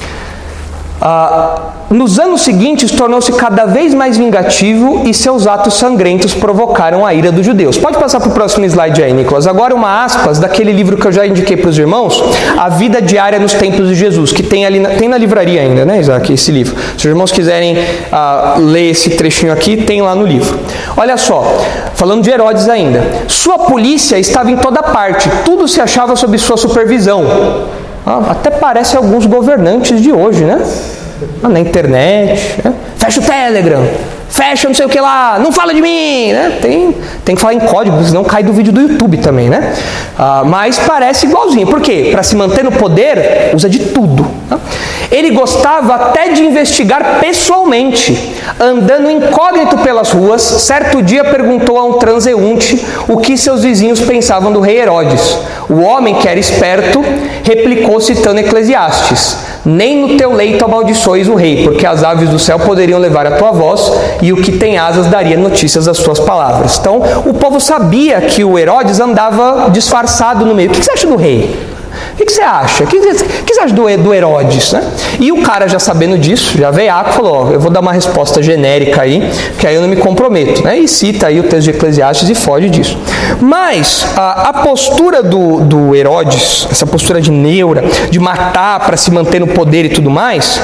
Nos anos seguintes, tornou-se cada vez mais vingativo e seus atos sangrentos provocaram a ira dos judeus. Pode passar para o próximo slide aí, Nicolas. Agora uma aspas daquele livro que eu já indiquei para os irmãos, A Vida Diária nos Tempos de Jesus, que tem ali tem na livraria ainda, né, Isaac, esse livro. Se os irmãos quiserem ler esse trechinho aqui, tem lá no livro. Olha só, falando de Herodes ainda. Sua polícia estava em toda parte, tudo se achava sob sua supervisão. Até parece alguns governantes de hoje, né? Na internet, né? Fecha o Telegram, fecha não sei o que lá, não fala de mim, né? Tem que falar em código, senão cai do vídeo do YouTube também, né? Mas parece igualzinho. Por quê? Para se manter no poder, usa de tudo. Ele gostava até de investigar pessoalmente. Andando incógnito pelas ruas, certo dia perguntou a um transeunte o que seus vizinhos pensavam do rei Herodes. O homem, que era esperto, replicou citando Eclesiastes: nem no teu leito amaldiçoes o rei, porque as aves do céu poderiam levar a tua voz, e o que tem asas daria notícias das tuas palavras. Então, o povo sabia que o Herodes andava disfarçado no meio. O que você acha do rei? O que você acha? O que você acha do Herodes? Né? E o cara, já sabendo disso, já veio e falou: eu vou dar uma resposta genérica aí, que aí eu não me comprometo. Né? E cita aí o texto de Eclesiastes e foge disso. Mas a postura do Herodes, essa postura de neura, de matar para se manter no poder e tudo mais,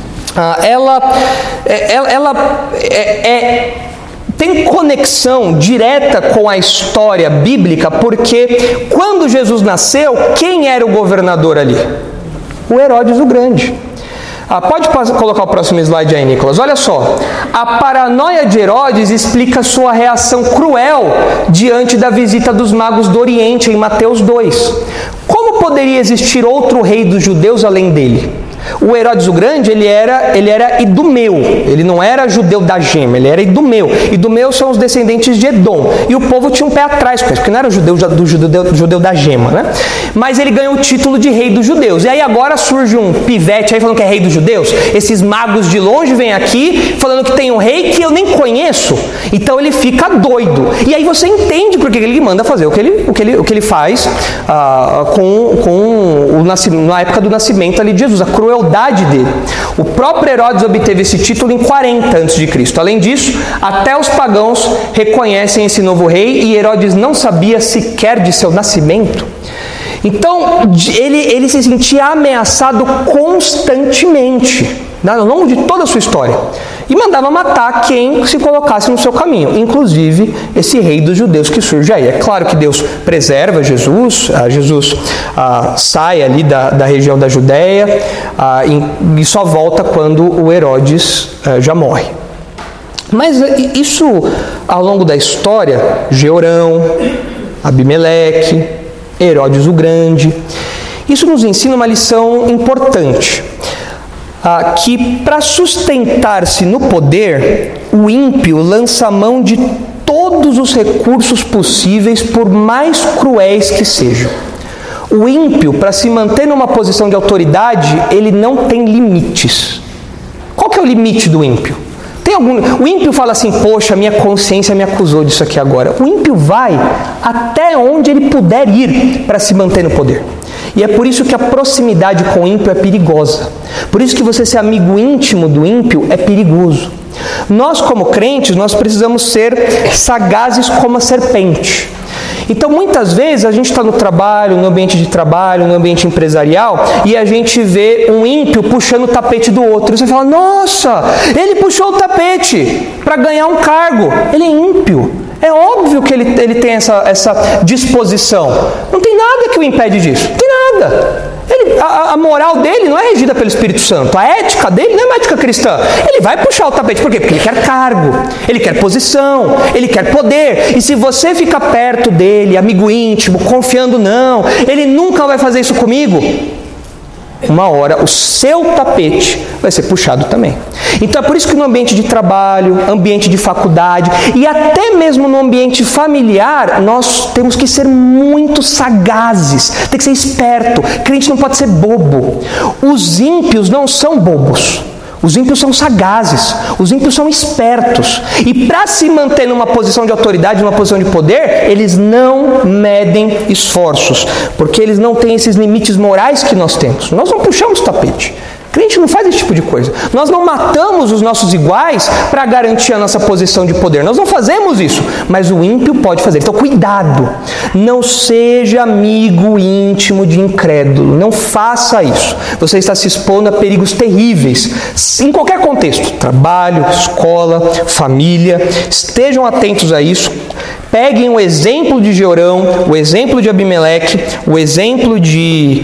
tem conexão direta com a história bíblica, porque quando Jesus nasceu, quem era o governador ali? O Herodes o Grande. Pode colocar o próximo slide aí, Nicolas. Olha só, a paranoia de Herodes explica sua reação cruel diante da visita dos magos do Oriente em Mateus 2. Como poderia existir outro rei dos judeus além dele? O Herodes o Grande, ele era idumeu, ele não era judeu da gema, ele era idumeu. Idumeus são os descendentes de Edom, e o povo tinha um pé atrás com isso, porque não era judeu da gema, né? Mas ele ganhou o título de rei dos judeus. E aí agora surge um pivete aí falando que é rei dos judeus. Esses magos de longe vêm aqui falando que tem um rei que eu nem conheço. Então ele fica doido. E aí você entende porque ele manda fazer o que ele faz na época do nascimento ali de Jesus, a crueldade dele. O próprio Herodes obteve esse título em 40 a.C. Além disso, até os pagãos reconhecem esse novo rei, e Herodes não sabia sequer de seu nascimento. Então, ele se sentia ameaçado constantemente, ao longo de toda a sua história, e mandava matar quem se colocasse no seu caminho, inclusive esse rei dos judeus que surge aí. É claro que Deus preserva Jesus, sai ali da região da Judéia, e só volta quando o Herodes já morre. Mas isso, ao longo da história, Georão, Abimeleque, Herodes o Grande, isso nos ensina uma lição importante. Que para sustentar-se no poder, o ímpio lança a mão de todos os recursos possíveis, por mais cruéis que sejam. O ímpio, para se manter numa posição de autoridade, ele não tem limites. Qual que é o limite do ímpio? O ímpio fala assim, poxa, minha consciência me acusou disso aqui agora. O ímpio vai até onde ele puder ir para se manter no poder. E é por isso que a proximidade com o ímpio é perigosa. Por isso que você ser amigo íntimo do ímpio é perigoso. Nós, como crentes, nós precisamos ser sagazes como a serpente. Então, muitas vezes, a gente está no trabalho, no ambiente de trabalho, no ambiente empresarial, e a gente vê um ímpio puxando o tapete do outro. E você fala, nossa, ele puxou o tapete para ganhar um cargo. Ele é ímpio. É óbvio que ele tem essa disposição. Não tem nada que o impede disso. Não tem nada. A moral dele não é regida pelo Espírito Santo. A ética dele não é uma ética cristã. Ele vai puxar o tapete. Por quê? Porque ele quer cargo, ele quer posição, ele quer poder. E se você fica perto dele, amigo íntimo, confiando, não, ele nunca vai fazer isso comigo, uma hora o seu tapete vai ser puxado também. Então é por isso que no ambiente de trabalho, ambiente de faculdade e até mesmo no ambiente familiar, nós temos que ser muito sagazes, tem que ser esperto. Crente não pode ser bobo. Os ímpios não são bobos. Os ímpios são sagazes, os ímpios são espertos. E para se manter numa posição de autoridade, numa posição de poder, eles não medem esforços, porque eles não têm esses limites morais que nós temos. Nós não puxamos tapete. Crente não faz esse tipo de coisa. Nós não matamos os nossos iguais para garantir a nossa posição de poder. Nós não fazemos isso, mas o ímpio pode fazer. Então cuidado, não seja amigo íntimo de incrédulo. Não faça isso. Você está se expondo a perigos terríveis, em qualquer contexto. Trabalho, escola, família. Estejam atentos a isso. Peguem o exemplo de Georão, o exemplo de Abimeleque, o exemplo de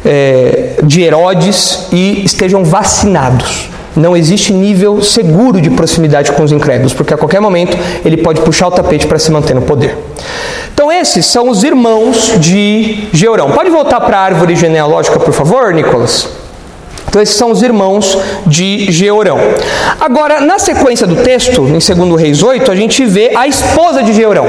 Herodes e estejam vacinados. Não existe nível seguro de proximidade com os incrédulos, porque a qualquer momento ele pode puxar o tapete para se manter no poder. Então esses são os irmãos de Georão. Pode voltar para a árvore genealógica, por favor, Nicolas? Então esses são os irmãos de Georão. Agora, na sequência do texto, em 2 Reis 8, a gente vê a esposa de Georão.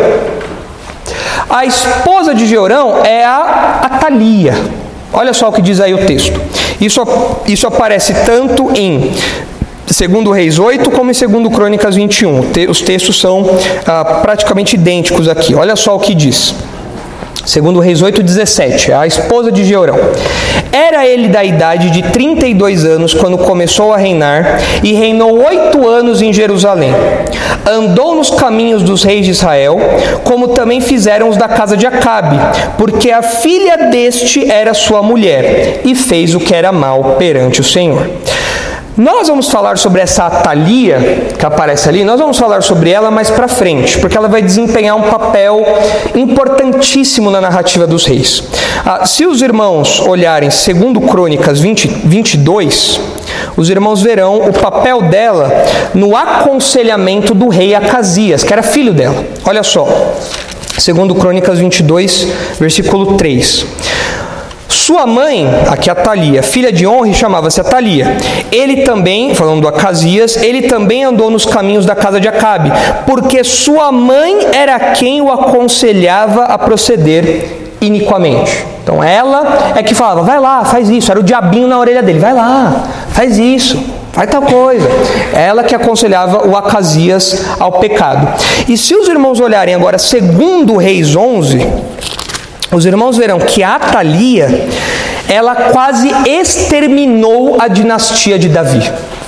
A esposa de Georão é a Atalia. Olha só o que diz aí o texto. Isso aparece tanto em 2 Reis 8 como em 2 Crônicas 21. Os textos são praticamente idênticos aqui. Olha só o que diz. 2 Reis 8:17, a esposa de Georão. Era ele da idade de 32 anos quando começou a reinar e reinou 8 anos em Jerusalém. Andou nos caminhos dos reis de Israel, como também fizeram os da casa de Acabe, porque a filha deste era sua mulher, e fez o que era mal perante o Senhor. Nós vamos falar sobre essa Atalia, que aparece ali, nós vamos falar sobre ela mais para frente, porque ela vai desempenhar um papel importantíssimo na narrativa dos reis. Se os irmãos olharem 2 Crônicas 22, os irmãos verão o papel dela no aconselhamento do rei Acasias, que era filho dela. Olha só, 2 Crônicas 22, versículo 3. Sua mãe, aqui Atalia, filha de Onri, chamava-se Atalia. Ele também, falando do Acasias, ele também andou nos caminhos da casa de Acabe, porque sua mãe era quem o aconselhava a proceder iniquamente. Então ela é que falava, vai lá, faz isso. Era o diabinho na orelha dele, vai lá, faz isso, faz tal coisa. Ela que aconselhava o Acasias ao pecado. E se os irmãos olharem agora 2 Reis 11... os irmãos verão que a Atalia, ela quase exterminou a dinastia de Davi.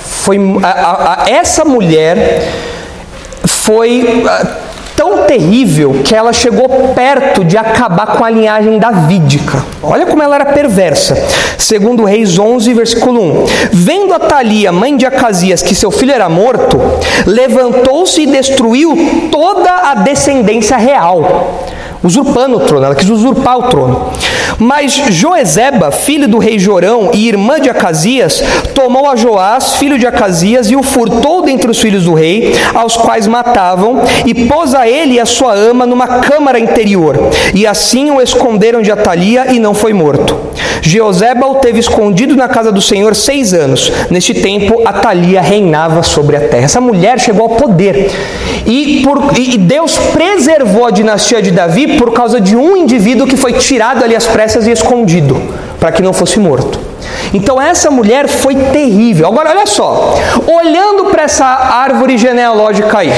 Essa mulher foi tão terrível que ela chegou perto de acabar com a linhagem davídica. Olha como ela era perversa. 2 Reis 11, versículo 1. Vendo Atalia, mãe de Acasias, que seu filho era morto, levantou-se e destruiu toda a descendência real, usurpando o trono. Ela quis usurpar o trono. Mas Joezeba, filho do rei Jorão e irmã de Acasias, tomou a Joás, filho de Acasias, e o furtou dentre os filhos do rei, aos quais matavam, e pôs a ele e a sua ama numa câmara interior. E assim o esconderam de Atalia, e não foi morto. Jeozeba o teve escondido na casa do Senhor 6 anos. Neste tempo, Atalia reinava sobre a terra. Essa mulher chegou ao poder. E Deus preservou a dinastia de Davi por causa de um indivíduo que foi tirado ali às pressas e escondido, para que não fosse morto. Então essa mulher foi terrível. Agora olha só, olhando para essa árvore genealógica aí,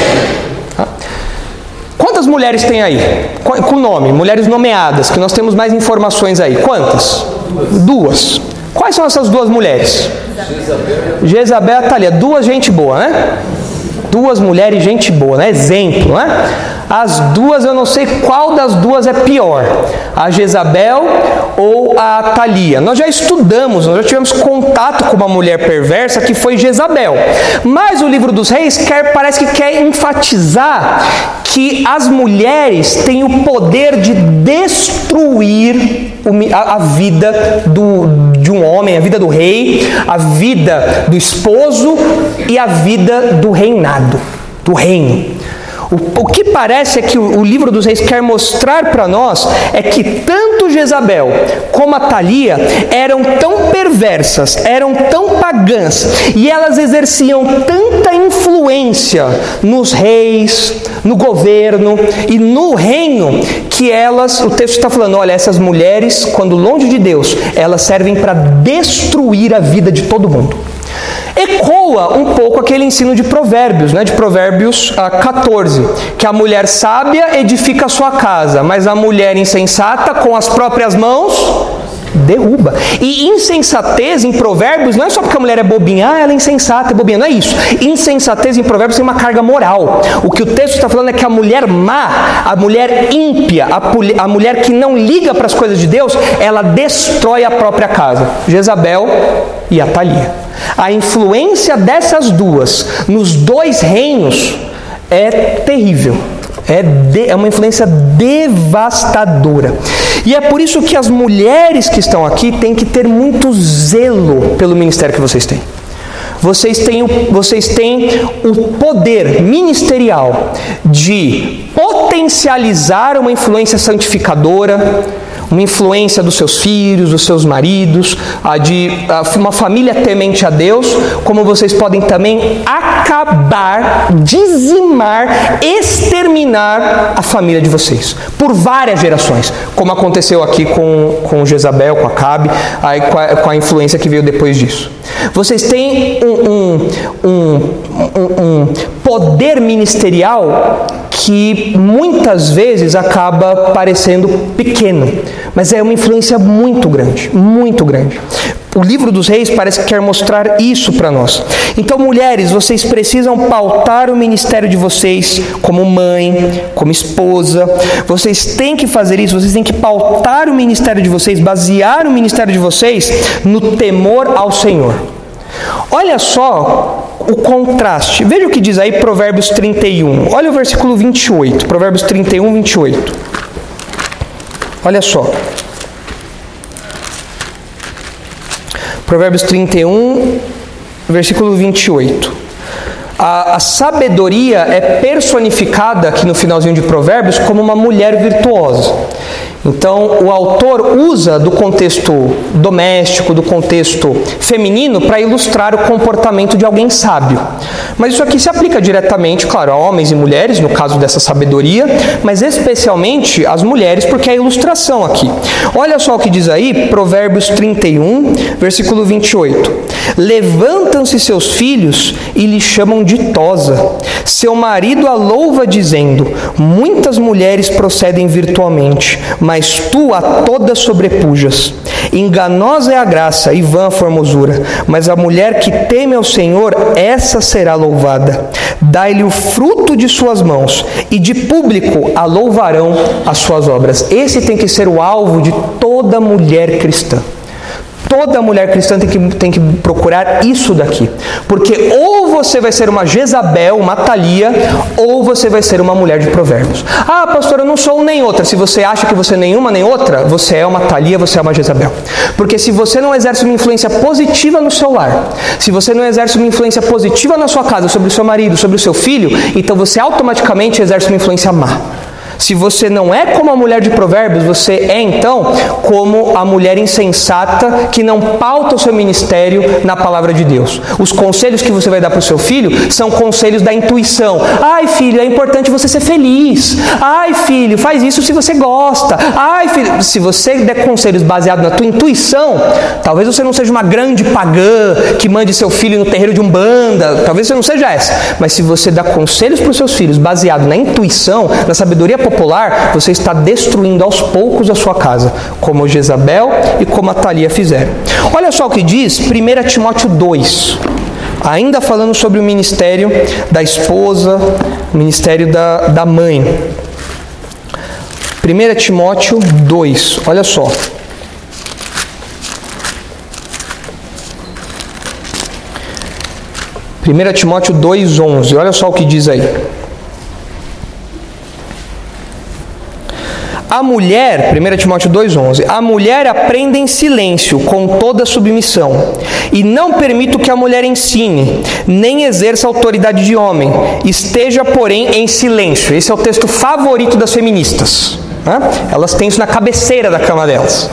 quantas mulheres tem aí? Com nome, mulheres nomeadas, que nós temos mais informações aí. Quantas? Duas. Quais são essas duas mulheres? Jezabel e Atalia. Duas gente boa, né? Duas mulheres gente boa, né? Exemplo, né? As duas, eu não sei qual das duas é pior, a Jezabel ou a Atalia. Nós já estudamos, nós já tivemos contato com uma mulher perversa que foi Jezabel. Mas o livro dos Reis parece que quer enfatizar que as mulheres têm o poder de destruir a vida de um homem, a vida do rei, a vida do esposo e a vida do reinado, do reino. O que parece é que o livro dos Reis quer mostrar para nós é que tanto Jezabel como Atalia eram tão perversas, eram tão pagãs, e elas exerciam tanta influência nos reis, no governo e no reino, que o texto está falando, olha, essas mulheres, quando longe de Deus, elas servem para destruir a vida de todo mundo. Ecoa um pouco aquele ensino de Provérbios, né? De Provérbios 14, que a mulher sábia edifica a sua casa, mas a mulher insensata com as próprias mãos derruba. E insensatez em Provérbios não é só porque a mulher é bobinha, ela é insensata, é bobinha, não é isso. Insensatez em Provérbios tem uma carga moral. O que o texto está falando é que a mulher má, a mulher ímpia, a mulher que não liga para as coisas de Deus, ela destrói a própria casa. Jezabel e Atalia. A influência dessas duas nos dois reinos é terrível. É uma influência devastadora. E é por isso que as mulheres que estão aqui têm que ter muito zelo pelo ministério que vocês têm. Vocês têm o poder ministerial de potencializar uma influência santificadora, uma influência dos seus filhos, dos seus maridos, de uma família temente a Deus, como vocês podem também acabar, dizimar, exterminar a família de vocês, por várias gerações, como aconteceu aqui com Jezabel, com Acabe, com a influência que veio depois disso. Vocês têm um poder ministerial que muitas vezes acaba parecendo pequeno, mas é uma influência muito grande, muito grande. O livro dos Reis parece que quer mostrar isso para nós. Então, mulheres, vocês precisam pautar o ministério de vocês como mãe, como esposa. Vocês têm que fazer isso, vocês têm que pautar o ministério de vocês, basear o ministério de vocês no temor ao Senhor. Olha só o contraste. Veja o que diz aí Provérbios 31. Olha o versículo 28. Provérbios 31, 28. Olha só. Provérbios 31, versículo 28. A sabedoria é personificada aqui no finalzinho de Provérbios como uma mulher virtuosa. Então, o autor usa do contexto doméstico, do contexto feminino, para ilustrar o comportamento de alguém sábio. Mas isso aqui se aplica diretamente, claro, a homens e mulheres, no caso dessa sabedoria, mas especialmente às mulheres, porque é a ilustração aqui. Olha só o que diz aí, Provérbios 31, versículo 28. Levantam-se seus filhos e lhe chamam ditosa. Seu marido a louva dizendo, muitas mulheres procedem virtualmente, mas tu a todas sobrepujas. Enganosa é a graça e vã a formosura, mas a mulher que teme ao Senhor, essa será louvada. Dai-lhe o fruto de suas mãos, e de público a louvarão as suas obras. Esse tem que ser o alvo de toda mulher cristã. Toda mulher cristã tem que procurar isso daqui. Porque ou você vai ser uma Jezabel, uma Atalia, ou você vai ser uma mulher de Provérbios. Ah, pastor, eu não sou um nem outra. Se você acha que você é nenhuma nem outra, você é uma Atalia, você é uma Jezabel. Porque se você não exerce uma influência positiva no seu lar, se você não exerce uma influência positiva na sua casa, sobre o seu marido, sobre o seu filho, então você automaticamente exerce uma influência má. Se você não é como a mulher de Provérbios, você é então como a mulher insensata que não pauta o seu ministério na palavra de Deus. Os conselhos que você vai dar para o seu filho são conselhos da intuição. Ai, filho, é importante você ser feliz. Ai, filho, faz isso se você gosta. Ai, filho, se você der conselhos baseados na tua intuição, talvez você não seja uma grande pagã que mande seu filho no terreiro de Umbanda. Talvez você não seja essa. Mas se você dá conselhos para os seus filhos baseado na intuição, na sabedoria popular, você está destruindo aos poucos a sua casa, como Jezabel e como a Thalia fizeram. Olha só o que diz 1 Timóteo 2, ainda falando sobre o ministério da esposa, o ministério da mãe. 1 Timóteo 2, olha só. Primeira Timóteo 2:11, olha só o que diz aí. A mulher, 1 Timóteo 2:11, a mulher aprende em silêncio, com toda submissão, e não permito que a mulher ensine, nem exerça autoridade de homem, esteja, porém, em silêncio. Esse é o texto favorito das feministas. Elas têm isso na cabeceira da cama delas.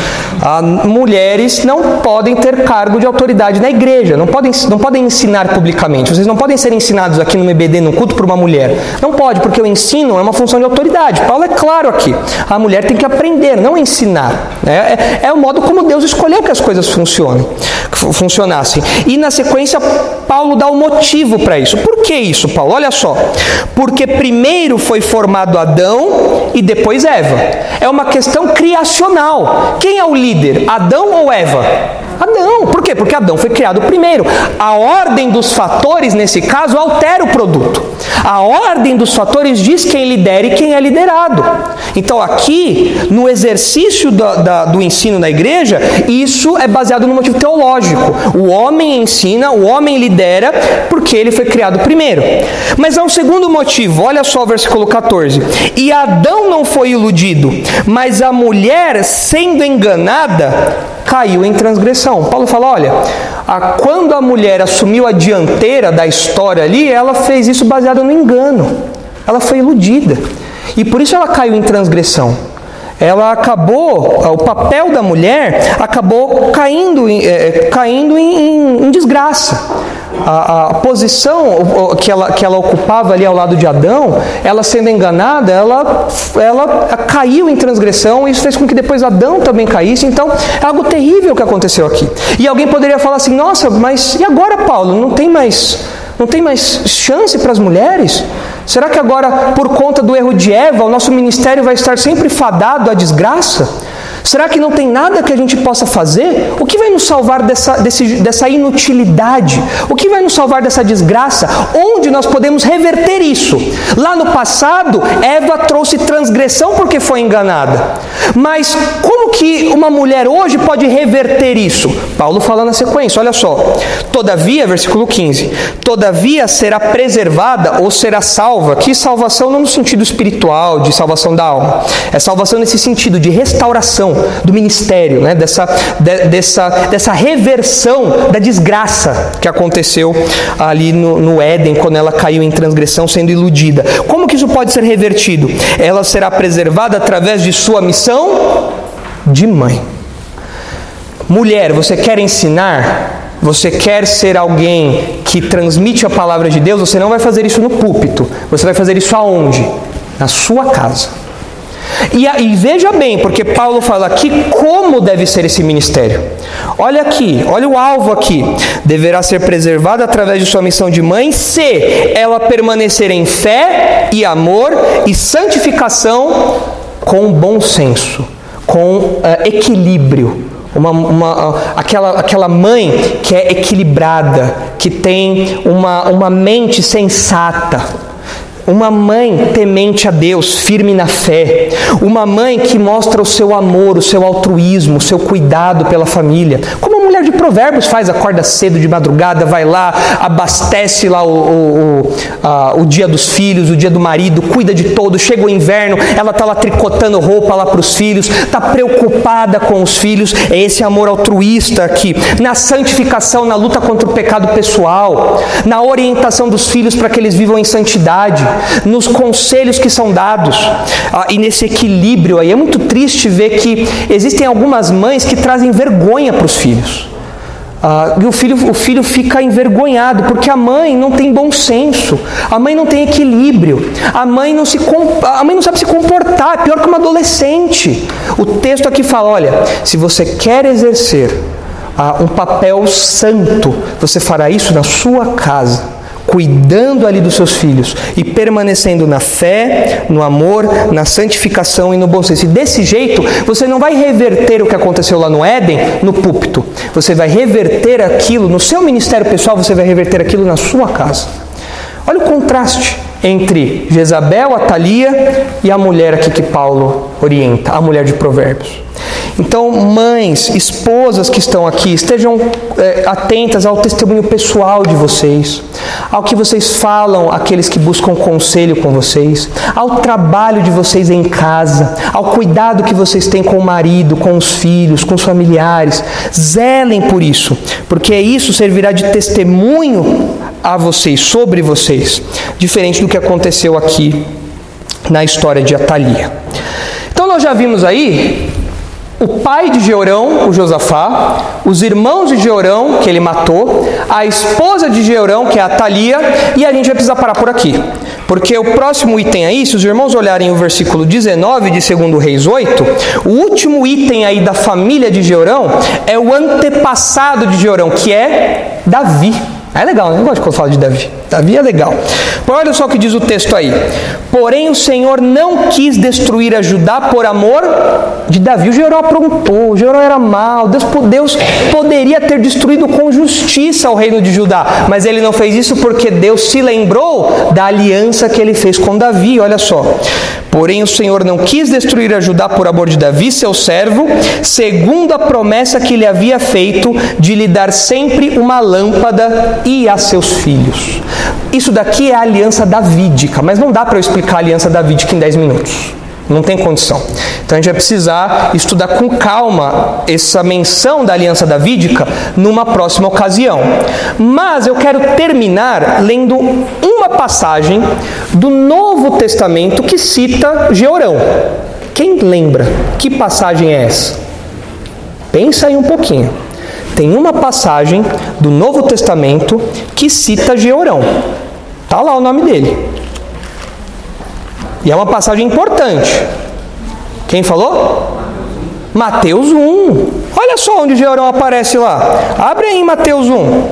Mulheres não podem ter cargo de autoridade na igreja, não podem ensinar publicamente. Vocês não podem ser ensinados aqui no EBD, no culto, por uma mulher. Não pode, porque o ensino é uma função de autoridade. Paulo é claro aqui. A mulher tem que aprender, não ensinar. É o modo como Deus escolheu que as coisas funcionassem. E na sequência, Paulo dá o motivo para isso. Por que isso, Paulo? Olha só. Porque primeiro foi formado Adão e depois Eva. É uma questão criacional. Quem é o líder? Adão ou Eva? Adão. Por quê? Porque Adão foi criado primeiro. A ordem dos fatores, nesse caso, altera o produto. A ordem dos fatores diz quem lidera e quem é liderado. Então aqui, no exercício do ensino na igreja, isso é baseado no motivo teológico. O homem ensina, o homem lidera, porque ele foi criado primeiro. Mas há um segundo motivo, olha só o versículo 14. E Adão não foi iludido, mas a mulher, sendo enganada, caiu em transgressão. Paulo fala, olha, quando a mulher assumiu a dianteira da história ali, ela fez isso baseado no engano. Ela foi iludida. E por isso ela caiu em transgressão. Ela acabou, o papel da mulher acabou caindo em desgraça. A posição que ela ocupava ali ao lado de Adão, ela sendo enganada, ela caiu em transgressão, e isso fez com que depois Adão também caísse. Então, é algo terrível que aconteceu aqui. E alguém poderia falar assim, nossa, mas e agora, Paulo? Não tem mais chance para as mulheres? Será que agora, por conta do erro de Eva, o nosso ministério vai estar sempre fadado à desgraça? Será que não tem nada que a gente possa fazer? O que vai nos salvar dessa inutilidade? O que vai nos salvar dessa desgraça? Onde nós podemos reverter isso? Lá no passado, Eva trouxe transgressão porque foi enganada. Mas como que uma mulher hoje pode reverter isso? Paulo fala na sequência, olha só. Todavia, versículo 15, todavia será preservada ou será salva. Aqui salvação não no sentido espiritual, de salvação da alma. É salvação nesse sentido de restauração do ministério, né? dessa reversão da desgraça que aconteceu ali no Éden, quando ela caiu em transgressão, sendo iludida. Como que isso pode ser revertido? Ela será preservada através de sua missão de mãe. Mulher, você quer ensinar? Você quer ser alguém que transmite a palavra de Deus? Você não vai fazer isso no púlpito. Você vai fazer isso aonde? Na sua casa. E veja bem, porque Paulo fala aqui como deve ser esse ministério. Olha aqui, olha o alvo aqui. Deverá ser preservada através de sua missão de mãe, se ela permanecer em fé e amor e santificação com bom senso, com equilíbrio. Aquela mãe que é equilibrada, que tem uma mente sensata. Uma mãe temente a Deus, firme na fé. Uma mãe que mostra o seu amor, o seu altruísmo, o seu cuidado pela família. Como a mulher de Provérbios faz, acorda cedo de madrugada, vai lá, abastece lá o dia dos filhos, o dia do marido, cuida de todos, chega o inverno, ela está lá tricotando roupa lá para os filhos, está preocupada com os filhos. É esse amor altruísta aqui, na santificação, na luta contra o pecado pessoal, na orientação dos filhos para que eles vivam em santidade, nos conselhos que são dados, e nesse equilíbrio aí. É muito triste ver que existem algumas mães que trazem vergonha para os filhos. E o filho fica envergonhado, porque a mãe não tem bom senso, a mãe não tem equilíbrio, a mãe não sabe se comportar, é pior que uma adolescente. O texto aqui fala, olha, se você quer exercer um papel santo, você fará isso na sua casa, cuidando ali dos seus filhos e permanecendo na fé, no amor, na santificação e no bom senso. E desse jeito, você não vai reverter o que aconteceu lá no Éden no púlpito. Você vai reverter aquilo no seu ministério pessoal, você vai reverter aquilo na sua casa. Olha o contraste entre Jezabel, Atalia e a mulher aqui que Paulo orienta, a mulher de Provérbios. Então, mães, esposas que estão aqui, estejam atentas ao testemunho pessoal de vocês, ao que vocês falam àqueles que buscam conselho com vocês, ao trabalho de vocês em casa, ao cuidado que vocês têm com o marido, com os filhos, com os familiares. Zelem por isso, porque isso servirá de testemunho a vocês, sobre vocês, diferente do que aconteceu aqui na história de Atalia. Então, nós já vimos aí o pai de Jeorão, o Josafá, os irmãos de Jeorão, que ele matou, a esposa de Jeorão, que é a Atalia, e a gente vai precisar parar por aqui. Porque o próximo item aí, se os irmãos olharem o versículo 19 de 2 Reis 8, o último item aí da família de Jeorão é o antepassado de Jeorão, que é Davi. É legal, né? Eu gosto quando eu falo de Davi. Davi é legal. Olha só o que diz o texto aí. Porém o Senhor não quis destruir a Judá por amor de Davi. O Jeorão aprontou, o Jeorão era mau. Deus poderia ter destruído com justiça o reino de Judá, mas ele não fez isso porque Deus se lembrou da aliança que ele fez com Davi. Olha só. Porém o Senhor não quis destruir a Judá por amor de Davi, seu servo, segundo a promessa que lhe havia feito de lhe dar sempre uma lâmpada e a seus filhos. Isso daqui é a aliança davídica, mas não dá para eu explicar a aliança davídica em 10 minutos. Não tem condição. Então a gente vai precisar estudar com calma essa menção da aliança davídica numa próxima ocasião. Mas eu quero terminar lendo uma passagem do Novo Testamento que cita Jeorão. Quem lembra? Que passagem é essa? Pensa aí um pouquinho. Tem uma passagem do Novo Testamento que cita Jeorão. Está lá o nome dele. E é uma passagem importante. Quem falou? Mateus 1. Olha só onde Jeorão aparece lá. Abre aí em Mateus 1.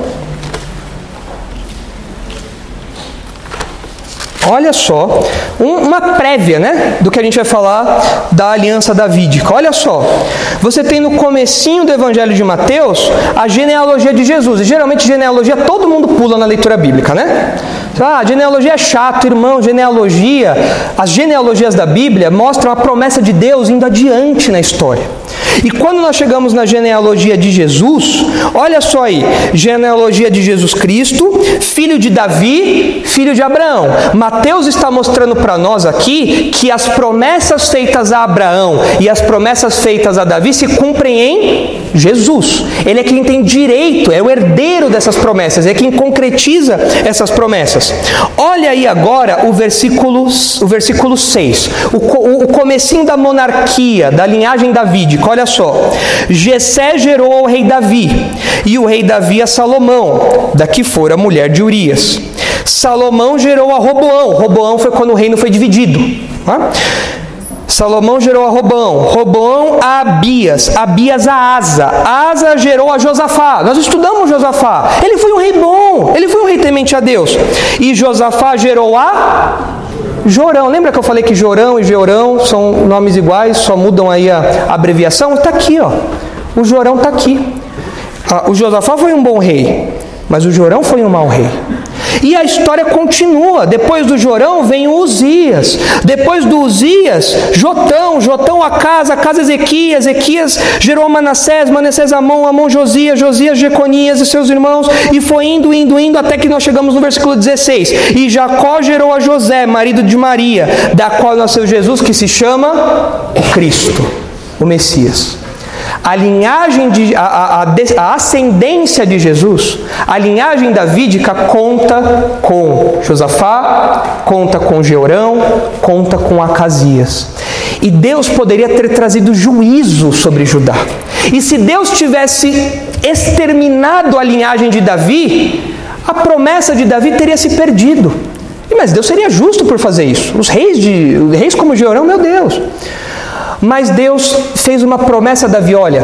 Olha só, uma prévia, né, do que a gente vai falar da aliança davídica. Olha só, você tem no comecinho do Evangelho de Mateus a genealogia de Jesus. E geralmente genealogia todo mundo pula na leitura bíblica, né? Genealogia é chato, irmão. Genealogia, as genealogias da Bíblia mostram a promessa de Deus indo adiante na história. E quando nós chegamos na genealogia de Jesus, olha só aí, genealogia de Jesus Cristo, filho de Davi, filho de Abraão. Mateus está mostrando para nós aqui que as promessas feitas a Abraão e as promessas feitas a Davi se cumprem em Jesus. Ele é quem tem direito, é o herdeiro dessas promessas, é quem concretiza essas promessas. Olha aí agora o versículo 6, o comecinho da monarquia, da linhagem davídica. Olha só, Jessé gerou ao rei Davi, e o rei Davi a Salomão, da que fora a mulher de Urias. Salomão gerou a Roboão. Roboão foi quando o reino foi dividido. Salomão gerou a Roboão, Roboão a Abias, Abias a Asa, Asa gerou a Josafá. Nós estudamos Josafá. Ele foi um rei bom, ele foi um rei temente a Deus. E Josafá gerou a Jorão. Lembra que eu falei que Jorão e Jeorão são nomes iguais, só mudam aí a abreviação? Está aqui, ó. O Jorão está aqui. O Josafá foi um bom rei, mas o Jorão foi um mau rei. E a história continua. Depois do Jorão vem o Uzias. Depois do Uzias, Jotão Acasa Ezequias. Ezequias gerou Manassés, Manassés Amon, Amon Josias, Josias Jeconias e seus irmãos. E foi indo, até que nós chegamos no versículo 16. E Jacó gerou a José, marido de Maria, da qual nasceu Jesus, que se chama o Cristo, o Messias. A linhagem a ascendência de Jesus, a linhagem davídica conta com Josafá, conta com Jeorão, conta com Acasias. E Deus poderia ter trazido juízo sobre Judá. E se Deus tivesse exterminado a linhagem de Davi, a promessa de Davi teria se perdido. Mas Deus seria justo por fazer isso. Os reis como Jeorão, meu Deus. Mas Deus fez uma promessa a Davi: olha,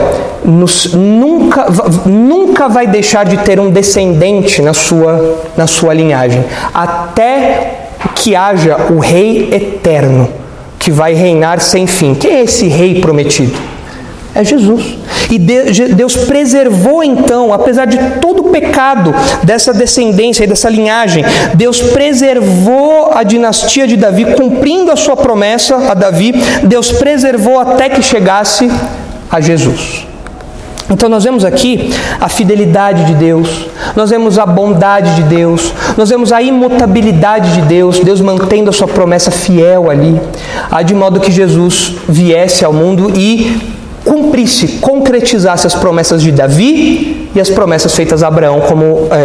nunca vai deixar de ter um descendente na sua linhagem, até que haja o rei eterno, que vai reinar sem fim. Quem é esse rei prometido? É Jesus. E Deus preservou então, apesar de todo o pecado dessa descendência e dessa linhagem, Deus preservou a dinastia de Davi, cumprindo a sua promessa a Davi. Deus preservou até que chegasse a Jesus. Então nós vemos aqui a fidelidade de Deus, nós vemos a bondade de Deus, nós vemos a imutabilidade de Deus, Deus mantendo a sua promessa fiel ali, de modo que Jesus viesse ao mundo e cumprisse, concretizasse as promessas de Davi e as promessas feitas a Abraão, como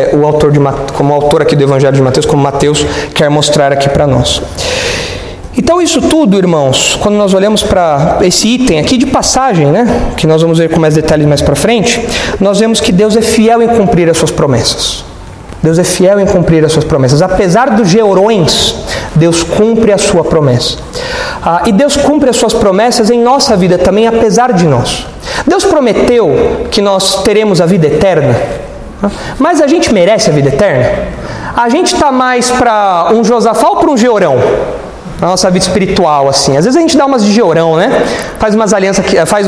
o autor aqui do Evangelho de Mateus, como Mateus quer mostrar aqui para nós. Então isso tudo, irmãos, quando nós olhamos para esse item aqui de passagem, né, que nós vamos ver com mais detalhes mais para frente, nós vemos que Deus é fiel em cumprir as suas promessas. Deus é fiel em cumprir as suas promessas. Apesar dos Jeorões, Deus cumpre a sua promessa. E Deus cumpre as suas promessas em nossa vida também, apesar de nós. Deus prometeu que nós teremos a vida eterna, mas a gente merece a vida eterna? A gente está mais para um Josafá ou para um Jeorão? Na nossa vida espiritual, assim. Às vezes a gente dá umas de Jeorão, né? Faz umas alianças, faz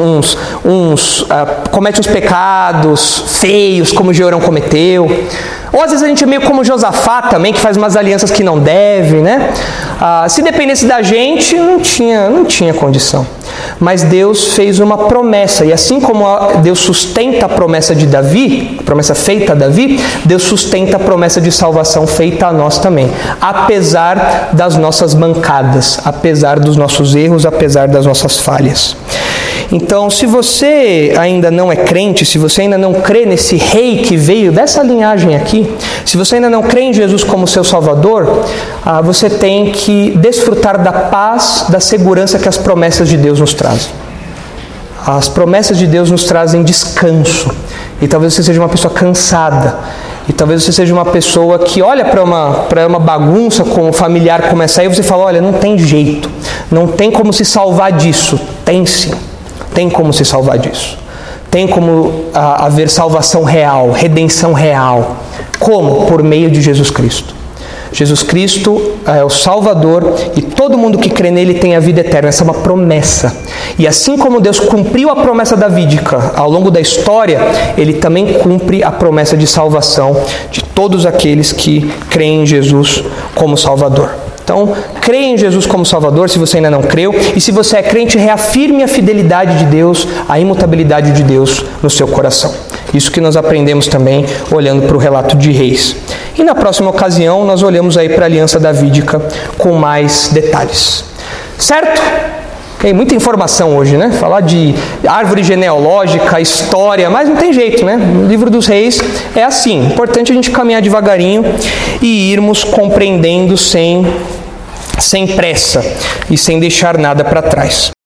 comete uns pecados feios, como Jeorão cometeu. Ou às vezes a gente é meio como Josafá também, que faz umas alianças que não deve, né? Se dependesse da gente, não tinha condição. Mas Deus fez uma promessa, e assim como Deus sustenta a promessa de Davi, a promessa feita a Davi, Deus sustenta a promessa de salvação feita a nós também, apesar das nossas mancadas, apesar dos nossos erros, apesar das nossas falhas. Então, se você ainda não é crente, se você ainda não crê nesse rei que veio dessa linhagem aqui, se você ainda não crê em Jesus como seu Salvador, você tem que desfrutar da paz, da segurança que as promessas de Deus nos trazem. As promessas de Deus nos trazem descanso. E talvez você seja uma pessoa cansada. E talvez você seja uma pessoa que olha para uma bagunça com o familiar começa aí e você fala: olha, não tem jeito, não tem como se salvar disso. Tem sim. Tem como se salvar disso. Tem como haver salvação real, redenção real. Como? Por meio de Jesus Cristo. Jesus Cristo é o Salvador e todo mundo que crê nele tem a vida eterna. Essa é uma promessa. E assim como Deus cumpriu a promessa davídica ao longo da história, ele também cumpre a promessa de salvação de todos aqueles que creem em Jesus como Salvador. Então, creia em Jesus como Salvador, se você ainda não creu. E se você é crente, reafirme a fidelidade de Deus, a imutabilidade de Deus no seu coração. Isso que nós aprendemos também olhando para o relato de Reis. E na próxima ocasião, nós olhamos aí para a aliança davídica com mais detalhes. Certo? Tem muita informação hoje, né? Falar de árvore genealógica, história, mas não tem jeito, né? No livro dos Reis é assim. Importante a gente caminhar devagarinho e irmos compreendendo sem pressa e sem deixar nada para trás.